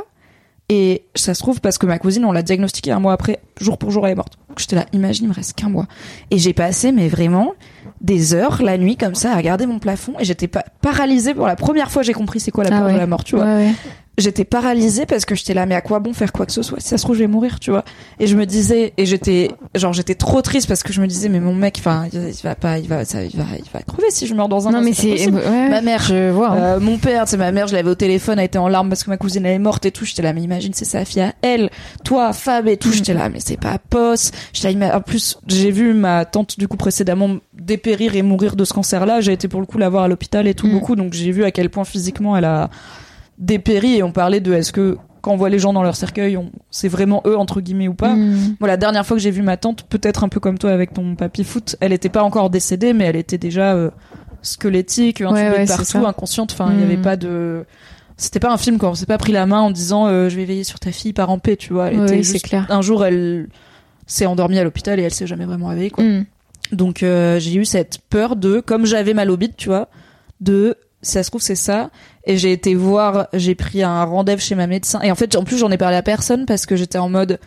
[SPEAKER 2] Et ça se trouve parce que ma cousine, on l'a diagnostiquée un mois après, jour pour jour, elle est morte. Donc j'étais là, imagine, il me reste qu'un mois. Et j'ai passé, mais vraiment, des heures, la nuit, comme ça, à regarder mon plafond. Et j'étais pas paralysée. Pour la première fois, j'ai compris c'est quoi la
[SPEAKER 3] Ah
[SPEAKER 2] peur
[SPEAKER 3] ouais.
[SPEAKER 2] de la mort, tu vois.
[SPEAKER 3] Ouais, ouais.
[SPEAKER 2] J'étais paralysée parce que j'étais là, mais à quoi bon faire quoi que ce soit? Si ça se trouve, je vais mourir, tu vois. Et je me disais, et j'étais, genre, j'étais trop triste parce que je me disais, mais mon mec, enfin, il va pas, il va, ça, il va, il va crever si je meurs dans un
[SPEAKER 3] Non
[SPEAKER 2] an,
[SPEAKER 3] mais
[SPEAKER 2] pas
[SPEAKER 3] c'est,
[SPEAKER 2] possible.
[SPEAKER 3] ouais,
[SPEAKER 2] Ma mère,
[SPEAKER 3] je vois. hein.
[SPEAKER 2] Euh, mon père, c'est ma mère, je l'avais au téléphone, elle était en larmes parce que ma cousine elle est morte et tout. J'étais là, mais imagine, c'est sa fille à elle, toi, Fab et tout.
[SPEAKER 3] Mm.
[SPEAKER 2] J'étais là, mais c'est pas posse. J'étais là, mais en plus, j'ai vu ma tante du coup précédemment dépérir et mourir de ce cancer-là. J'ai été pour le coup la voir à l'hôpital et tout
[SPEAKER 3] Mm.
[SPEAKER 2] beaucoup, donc j'ai vu à quel point physiquement elle a dépéri. Et on parlait de est-ce que quand on voit les gens dans leur cercueil, on, c'est vraiment eux entre guillemets ou pas.
[SPEAKER 3] Mm.
[SPEAKER 2] Moi, la dernière fois que j'ai vu ma tante, peut-être un peu comme toi avec ton papy foot, elle était pas encore décédée, mais elle était déjà euh, squelettique, intubée
[SPEAKER 3] Ouais, ouais,
[SPEAKER 2] de
[SPEAKER 3] c'est
[SPEAKER 2] partout,
[SPEAKER 3] ça.
[SPEAKER 2] inconsciente. Enfin, il y
[SPEAKER 3] Mm.
[SPEAKER 2] avait pas de. C'était pas un film quand on s'est pas pris la main en disant euh, je vais veiller sur ta fille, part en paix, tu vois. Elle
[SPEAKER 3] Ouais,
[SPEAKER 2] était
[SPEAKER 3] c'est
[SPEAKER 2] juste.
[SPEAKER 3] clair.
[SPEAKER 2] Un jour, elle s'est endormie à l'hôpital et elle s'est jamais vraiment réveillée, quoi.
[SPEAKER 3] Mm.
[SPEAKER 2] Donc euh, j'ai eu cette peur de, comme j'avais mal au bide, tu vois, de si ça se trouve c'est ça. Et j'ai été voir, j'ai pris un rendez-vous chez ma médecin. Et en fait, en plus, j'en ai parlé à personne parce que j'étais en mode,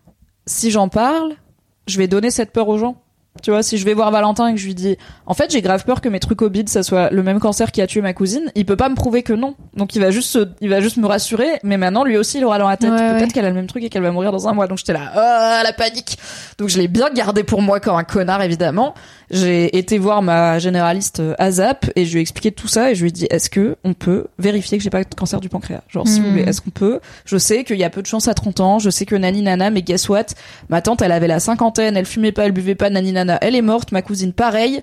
[SPEAKER 2] si j'en parle, je vais donner cette peur aux gens. Tu vois, si je vais voir Valentin et que je lui dis, en fait, j'ai grave peur que mes trucs au bide, ça soit le même cancer qui a tué ma cousine, il peut pas me prouver que non. Donc il va juste, se- il va juste me rassurer, mais maintenant, lui aussi, il aura dans la tête.
[SPEAKER 3] Ouais,
[SPEAKER 2] Peut-être
[SPEAKER 3] ouais.
[SPEAKER 2] qu'elle a le même truc et qu'elle va mourir dans un mois. Donc j'étais là, oh, la panique. Donc je l'ai bien gardé pour moi comme un connard, évidemment. J'ai été voir ma généraliste euh, ASAP et je lui ai expliqué tout ça et je lui ai dit, est-ce que on peut vérifier que j'ai pas de cancer du pancréas? Genre, s'il vous plaît,
[SPEAKER 3] Mhm.
[SPEAKER 2] est-ce qu'on peut? Je sais qu'il y a peu de chance à trente ans, je sais que nani nana, mais guess what? Ma tante, elle avait la cinquantaine, elle fumait pas, elle buvait pas, nani nana, elle est morte, ma cousine pareil.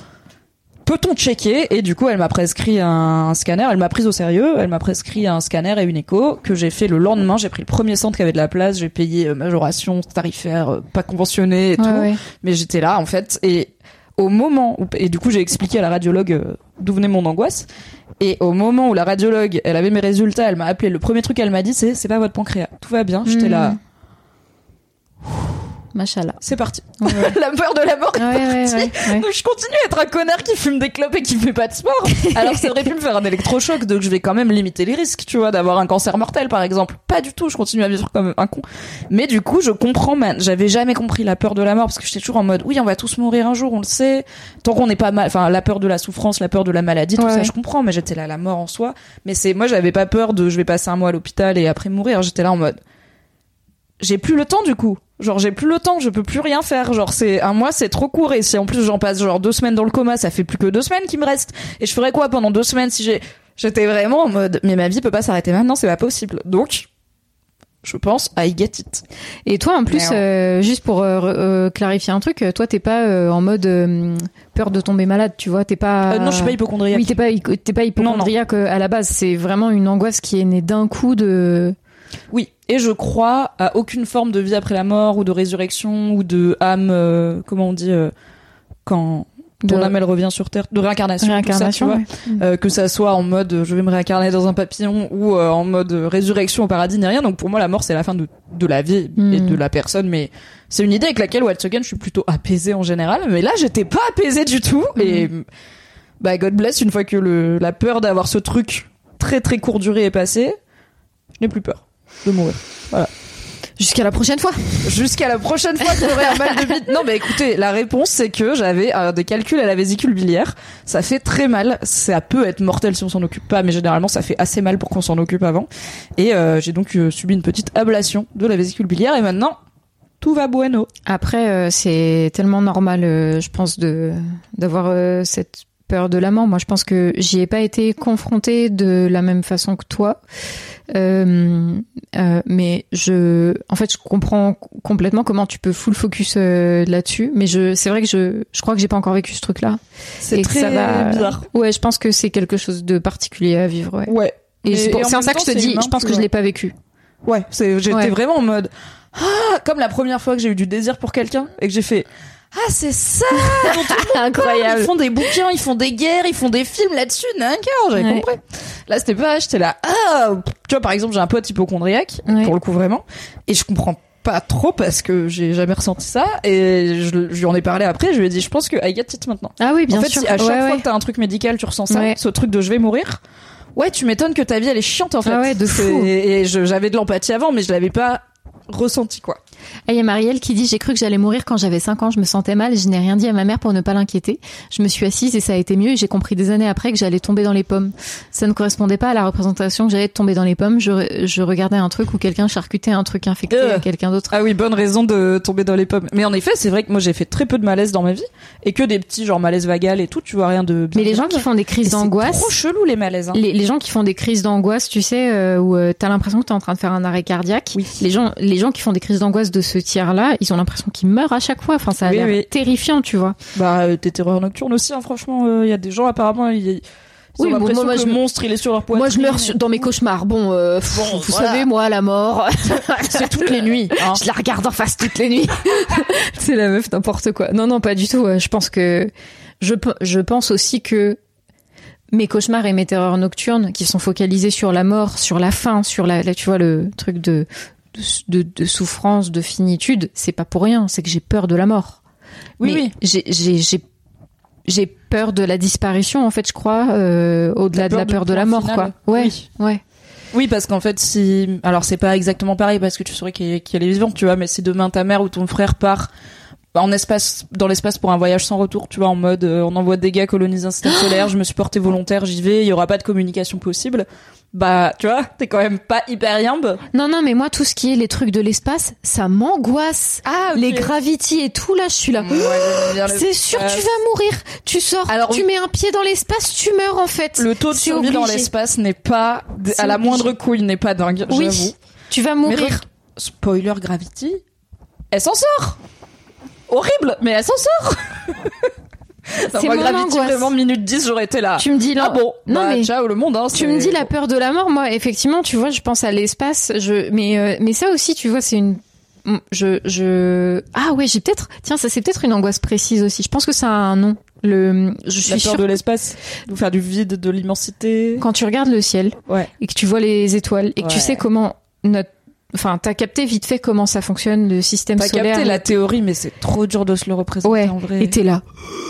[SPEAKER 2] Peut-on checker? Et du coup, elle m'a prescrit un scanner, elle m'a prise au sérieux, elle m'a prescrit un scanner et une écho que j'ai fait le lendemain. J'ai pris le premier centre qui avait de la place, j'ai payé euh, majoration tarifaire, euh, pas conventionnée et
[SPEAKER 3] Ouais,
[SPEAKER 2] tout.
[SPEAKER 3] ouais.
[SPEAKER 2] Mais j'étais là, en fait, et au moment où, et du coup, j'ai expliqué à la radiologue euh, d'où venait mon angoisse. Et au moment où la radiologue, elle avait mes résultats, elle m'a appelé. Le premier truc qu'elle m'a dit, c'est, c'est pas votre pancréas. Tout va bien. J'étais
[SPEAKER 3] Mm.
[SPEAKER 2] là.
[SPEAKER 3] Machallah.
[SPEAKER 2] C'est parti.
[SPEAKER 3] Ouais.
[SPEAKER 2] La peur de la mort est
[SPEAKER 3] Ouais, ouais,
[SPEAKER 2] partie.
[SPEAKER 3] ouais, ouais.
[SPEAKER 2] Donc je continue à être un connard qui fume des clopes et qui fait pas de sport. Alors ça aurait pu me faire un électrochoc, donc je vais quand même limiter les risques, tu vois, d'avoir un cancer mortel par exemple. Pas du tout, je continue à vivre comme un con. Mais du coup, je comprends, man. J'avais jamais compris la peur de la mort parce que j'étais toujours en mode, oui, on va tous mourir un jour, on le sait. Tant qu'on n'est pas mal, enfin, la peur de la souffrance, la peur de la maladie, tout
[SPEAKER 3] ouais,
[SPEAKER 2] ça,
[SPEAKER 3] ouais.
[SPEAKER 2] je comprends. Mais j'étais là, la mort en soi. Mais c'est, moi, j'avais pas peur de, je vais passer un mois à l'hôpital et après mourir. J'étais là en mode, j'ai plus le temps du coup. Genre j'ai plus le temps, je peux plus rien faire. Genre c'est un mois, c'est trop court et si en plus j'en passe genre deux semaines dans le coma, ça fait plus que deux semaines qui me restent. Et je ferais quoi pendant deux semaines si j'ai j'étais vraiment en mode mais ma vie peut pas s'arrêter maintenant, c'est pas possible. Donc je pense I get it.
[SPEAKER 3] Et toi, en plus, euh, juste pour euh, euh, clarifier un truc, toi, t'es pas euh, en mode euh, peur de tomber malade, tu vois, t'es pas.
[SPEAKER 2] Euh, non, je suis pas hypocondriaque.
[SPEAKER 3] Oui, t'es pas, t'es pas hypocondriaque non, non. à la base. C'est vraiment une angoisse qui est née d'un coup de.
[SPEAKER 2] Oui, et je crois à aucune forme de vie après la mort ou de résurrection ou de âme, euh, comment on dit, euh, quand ton de... âme elle revient sur terre, de réincarnation,
[SPEAKER 3] réincarnation,
[SPEAKER 2] ça, tu vois, ouais. euh, que ça soit en mode euh, je vais me réincarner dans un papillon ou euh, en mode euh, résurrection au paradis ni rien. Donc pour moi la mort c'est la fin de de la vie mm. et de la personne, mais c'est une idée avec laquelle once again je suis plutôt apaisée en général, mais là j'étais pas apaisée du tout mm. et bah God bless, une fois que le la peur d'avoir ce truc très très court durée est passée, je n'ai plus peur de mourir. Voilà.
[SPEAKER 3] Jusqu'à la prochaine fois.
[SPEAKER 2] Jusqu'à la prochaine fois que j'aurai un mal de bide. Non, mais écoutez, la réponse, c'est que j'avais euh, des calculs à la vésicule biliaire. Ça fait très mal. Ça peut être mortel si on s'en occupe pas, mais généralement, ça fait assez mal pour qu'on s'en occupe avant. Et euh, j'ai donc euh, subi une petite ablation de la vésicule biliaire. Et maintenant, tout va bueno.
[SPEAKER 3] Après, euh, c'est tellement normal, euh, je pense, de d'avoir euh, cette peur de la mort. Moi, je pense que j'y ai pas été confrontée de la même façon que toi. Euh, euh, mais je, en fait, je comprends complètement comment tu peux full focus euh, là-dessus. Mais je, c'est vrai que je, je crois que j'ai pas encore vécu ce truc-là.
[SPEAKER 2] C'est
[SPEAKER 3] et
[SPEAKER 2] très
[SPEAKER 3] ça va...
[SPEAKER 2] bizarre.
[SPEAKER 3] Ouais, je pense que c'est quelque chose de particulier à vivre. Ouais.
[SPEAKER 2] Ouais.
[SPEAKER 3] Et, et c'est, pour, c'est en ça
[SPEAKER 2] temps,
[SPEAKER 3] que je te dis.
[SPEAKER 2] Humain,
[SPEAKER 3] je pense que je l'ai pas vécu.
[SPEAKER 2] Ouais. C'est, j'étais
[SPEAKER 3] ouais.
[SPEAKER 2] vraiment en mode ah, comme la première fois que j'ai eu du désir pour quelqu'un et que j'ai fait. Ah, c'est ça!
[SPEAKER 3] Incroyable.
[SPEAKER 2] Ils font des bouquins, ils font des guerres, ils font des films là-dessus, d'accord, j'avais ouais. compris. Là, c'était pas, j'étais là, ah! Tu vois, par exemple, j'ai un pote hypocondriaque, ouais. pour le coup, vraiment. Et je comprends pas trop parce que j'ai jamais ressenti ça. Et je, je lui en ai parlé après, je lui ai dit, je pense que I get it maintenant.
[SPEAKER 3] Ah oui, bien
[SPEAKER 2] sûr. En fait,
[SPEAKER 3] sûr.
[SPEAKER 2] si à chaque
[SPEAKER 3] ouais,
[SPEAKER 2] fois
[SPEAKER 3] ouais.
[SPEAKER 2] que t'as un truc médical, tu ressens ça, ouais. ce truc de je vais mourir. Ouais, tu m'étonnes que ta vie, elle est chiante, en fait.
[SPEAKER 3] Ah ouais, de fou.
[SPEAKER 2] Et, et je, j'avais de l'empathie avant, mais je l'avais pas ressenti, quoi.
[SPEAKER 3] Il y a Marielle qui dit « J'ai cru que j'allais mourir quand j'avais cinq ans, je me sentais mal et je n'ai rien dit à ma mère pour ne pas l'inquiéter. Je me suis assise et ça a été mieux et j'ai compris des années après que j'allais tomber dans les pommes. Ça ne correspondait pas à la représentation que j'allais tomber dans les pommes. Je, je regardais un truc où quelqu'un charcutait un truc infecté euh. à quelqu'un d'autre. »
[SPEAKER 2] Ah oui, bonne raison de tomber dans les pommes. Mais en effet, c'est vrai que moi j'ai fait très peu de malaise dans ma vie et que des petits genre malaise vagal et tout, tu vois, rien de bien.
[SPEAKER 3] Mais les gens qui font des crises et d'angoisse...
[SPEAKER 2] C'est trop chelou les malaises. Hein.
[SPEAKER 3] Les, les gens qui font des crises d'angoisse, tu sais, euh, où euh, t'as l'impression que t'es en train de faire un arrêt cardiaque.
[SPEAKER 2] Oui.
[SPEAKER 3] Les gens, les gens qui font des crises d'angoisse de ce tiers-là, ils ont l'impression qu'ils meurent à chaque fois. Enfin, ça a oui, l'air oui. terrifiant, tu vois.
[SPEAKER 2] Bah, euh, tes terreurs nocturnes aussi, hein, franchement. Il euh, y a des gens, apparemment, ils, ils
[SPEAKER 3] oui,
[SPEAKER 2] ont
[SPEAKER 3] bon,
[SPEAKER 2] l'impression
[SPEAKER 3] moi,
[SPEAKER 2] que
[SPEAKER 3] moi,
[SPEAKER 2] le monstre, il est sur leur poitrine.
[SPEAKER 3] Moi, je meurs sur, dans mes cauchemars. Bon, euh, bon vous voilà. savez, moi, la mort...
[SPEAKER 2] c'est toutes les nuits. Hein.
[SPEAKER 3] Je la regarde en face toutes les nuits. C'est la meuf, n'importe quoi. Non, non, pas du tout. Je pense que... Je, je pense aussi que mes cauchemars et mes terreurs nocturnes, qui sont focalisés sur la mort, sur la fin, sur la, la tu vois, le truc de... De, de, de souffrance, de finitude, c'est pas pour rien, c'est que j'ai peur de la mort.
[SPEAKER 2] Oui,
[SPEAKER 3] mais
[SPEAKER 2] oui.
[SPEAKER 3] J'ai, j'ai, j'ai, j'ai peur de la disparition, en fait, je crois, euh, au-delà de la peur de la mort,
[SPEAKER 2] final.
[SPEAKER 3] quoi. Ouais,
[SPEAKER 2] oui.
[SPEAKER 3] ouais.
[SPEAKER 2] Oui, parce qu'en fait, si, alors c'est pas exactement pareil parce que tu saurais qu'elle, qu'elle est vivante, tu vois, mais si demain ta mère ou ton frère part en espace, dans l'espace pour un voyage sans retour, tu vois, en mode, euh, on envoie des gars coloniser un système solaire, je me suis porté volontaire, j'y vais, il y aura pas de communication possible. Bah, tu vois, t'es quand même pas hyper yambe.
[SPEAKER 3] Non, non, mais moi, tout ce qui est les trucs de l'espace, ça m'angoisse.
[SPEAKER 2] Ah, okay.
[SPEAKER 3] Les Gravity et tout, là, je suis là.
[SPEAKER 2] Ouais,
[SPEAKER 3] c'est sûr, tu vas mourir. Tu sors, Alors, tu oui. mets un pied dans l'espace, tu meurs, en fait.
[SPEAKER 2] Le taux de survie obligé. Dans l'espace n'est pas, c'est à la obligé. Moindre couille, n'est pas dingue,
[SPEAKER 3] oui.
[SPEAKER 2] j'avoue.
[SPEAKER 3] Tu vas mourir.
[SPEAKER 2] Mais, spoiler Gravity, elle s'en sort. Horrible, mais elle s'en sort. C'est moi, Gravity, angoisse. Vraiment, minute dix, j'aurais été là.
[SPEAKER 3] Tu me dis là.
[SPEAKER 2] Ah bon,
[SPEAKER 3] non,
[SPEAKER 2] bah,
[SPEAKER 3] mais
[SPEAKER 2] ciao le monde, hein.
[SPEAKER 3] Tu
[SPEAKER 2] c'est...
[SPEAKER 3] me dis la peur de la mort, moi, effectivement, tu vois, je pense à l'espace, je, mais, euh, mais ça aussi, tu vois, c'est une, je, je, ah ouais, j'ai peut-être, tiens, ça c'est peut-être une angoisse précise aussi. Je pense que ça a un nom. Le, je suis
[SPEAKER 2] la peur
[SPEAKER 3] sûre...
[SPEAKER 2] de l'espace, de faire du vide, de l'immensité.
[SPEAKER 3] Quand tu regardes le ciel.
[SPEAKER 2] Ouais.
[SPEAKER 3] Et que tu vois les étoiles et que ouais. tu sais comment notre, enfin, t'as capté vite fait comment ça fonctionne le système
[SPEAKER 2] T'as
[SPEAKER 3] solaire.
[SPEAKER 2] T'as capté la théorie, mais c'est trop dur de se le représenter
[SPEAKER 3] ouais,
[SPEAKER 2] en vrai.
[SPEAKER 3] Et t'es là.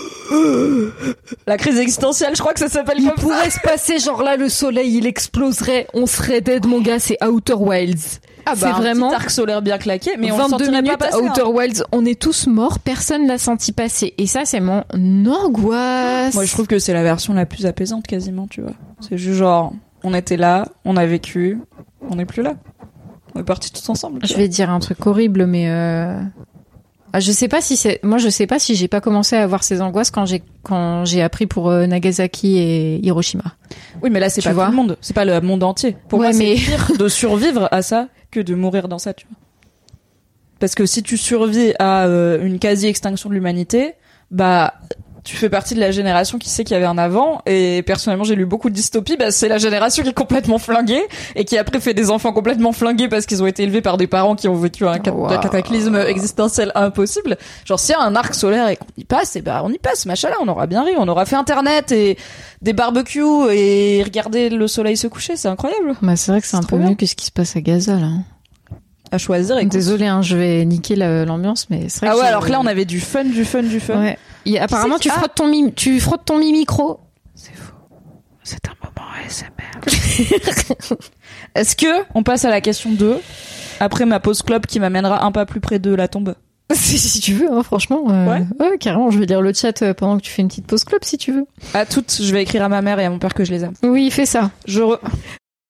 [SPEAKER 2] La crise existentielle, je crois que ça s'appelle
[SPEAKER 3] Il
[SPEAKER 2] comme
[SPEAKER 3] pourrait se passer genre là, le soleil il exploserait, on serait dead, mon gars, c'est Outer Wilds.
[SPEAKER 2] Ah bah,
[SPEAKER 3] c'est
[SPEAKER 2] un
[SPEAKER 3] vraiment
[SPEAKER 2] petit arc solaire bien claqué, mais on le
[SPEAKER 3] vingt-deux
[SPEAKER 2] sentirait
[SPEAKER 3] minutes
[SPEAKER 2] pas passer.
[SPEAKER 3] Outer
[SPEAKER 2] hein.
[SPEAKER 3] Wilds, on est tous morts, personne l'a senti passer. Et ça, c'est mon angoisse.
[SPEAKER 2] Moi, je trouve que c'est la version la plus apaisante quasiment, tu vois. C'est juste genre, on était là, on a vécu, on n'est plus là. On est partis tous ensemble.
[SPEAKER 3] Je vais dire un truc horrible, mais euh... je sais pas si c'est. Moi, je sais pas si j'ai pas commencé à avoir ces angoisses quand j'ai quand j'ai appris pour euh, Nagasaki et Hiroshima.
[SPEAKER 2] Oui, mais là, c'est
[SPEAKER 3] tu
[SPEAKER 2] pas
[SPEAKER 3] vois
[SPEAKER 2] tout le monde. C'est pas le monde entier. Pour
[SPEAKER 3] ouais,
[SPEAKER 2] moi,
[SPEAKER 3] mais...
[SPEAKER 2] c'est pire de survivre à ça que de mourir dans ça, tu vois. Parce que si tu survis à euh, une quasi-extinction de l'humanité, bah, tu fais partie de la génération qui sait qu'il y avait un avant. Et personnellement, j'ai lu beaucoup de dystopies. Bah, c'est la génération qui est complètement flinguée et qui après fait des enfants complètement flingués parce qu'ils ont été élevés par des parents qui ont vécu un, cat-
[SPEAKER 3] Wow.
[SPEAKER 2] un cataclysme existentiel impossible. Genre, s'il y a un arc solaire et qu'on y passe, et bah, on y passe, machallah, on aura bien ri, on aura fait internet et des barbecues et regarder le soleil se coucher, c'est incroyable.
[SPEAKER 3] Bah, c'est vrai que c'est,
[SPEAKER 2] C'est
[SPEAKER 3] un
[SPEAKER 2] trop
[SPEAKER 3] peu
[SPEAKER 2] bien.
[SPEAKER 3] mieux que ce qui se passe à Gaza, là.
[SPEAKER 2] À choisir. Écoute.
[SPEAKER 3] Désolée, hein, je vais niquer la- l'ambiance, mais c'est vrai
[SPEAKER 2] Ah
[SPEAKER 3] que
[SPEAKER 2] ouais,
[SPEAKER 3] j'ai-
[SPEAKER 2] alors que là, on avait du fun, du fun, du fun.
[SPEAKER 3] Ouais. Et apparemment,
[SPEAKER 2] Qui
[SPEAKER 3] tu
[SPEAKER 2] c'est qui-
[SPEAKER 3] frottes ton mi- tu frottes ton mi-micro.
[SPEAKER 2] C'est faux. C'est un moment A S M R. Est-ce que on passe à la question deux après ma pause club qui m'amènera un pas plus près de la tombe?
[SPEAKER 3] si, si tu veux, hein, franchement. Euh,
[SPEAKER 2] Ouais.
[SPEAKER 3] ouais, carrément. Je vais lire le chat euh, pendant que tu fais une petite pause club, si tu veux.
[SPEAKER 2] À toutes, je vais écrire à ma mère et à mon père que je les aime.
[SPEAKER 3] Oui, fais ça.
[SPEAKER 2] Je re...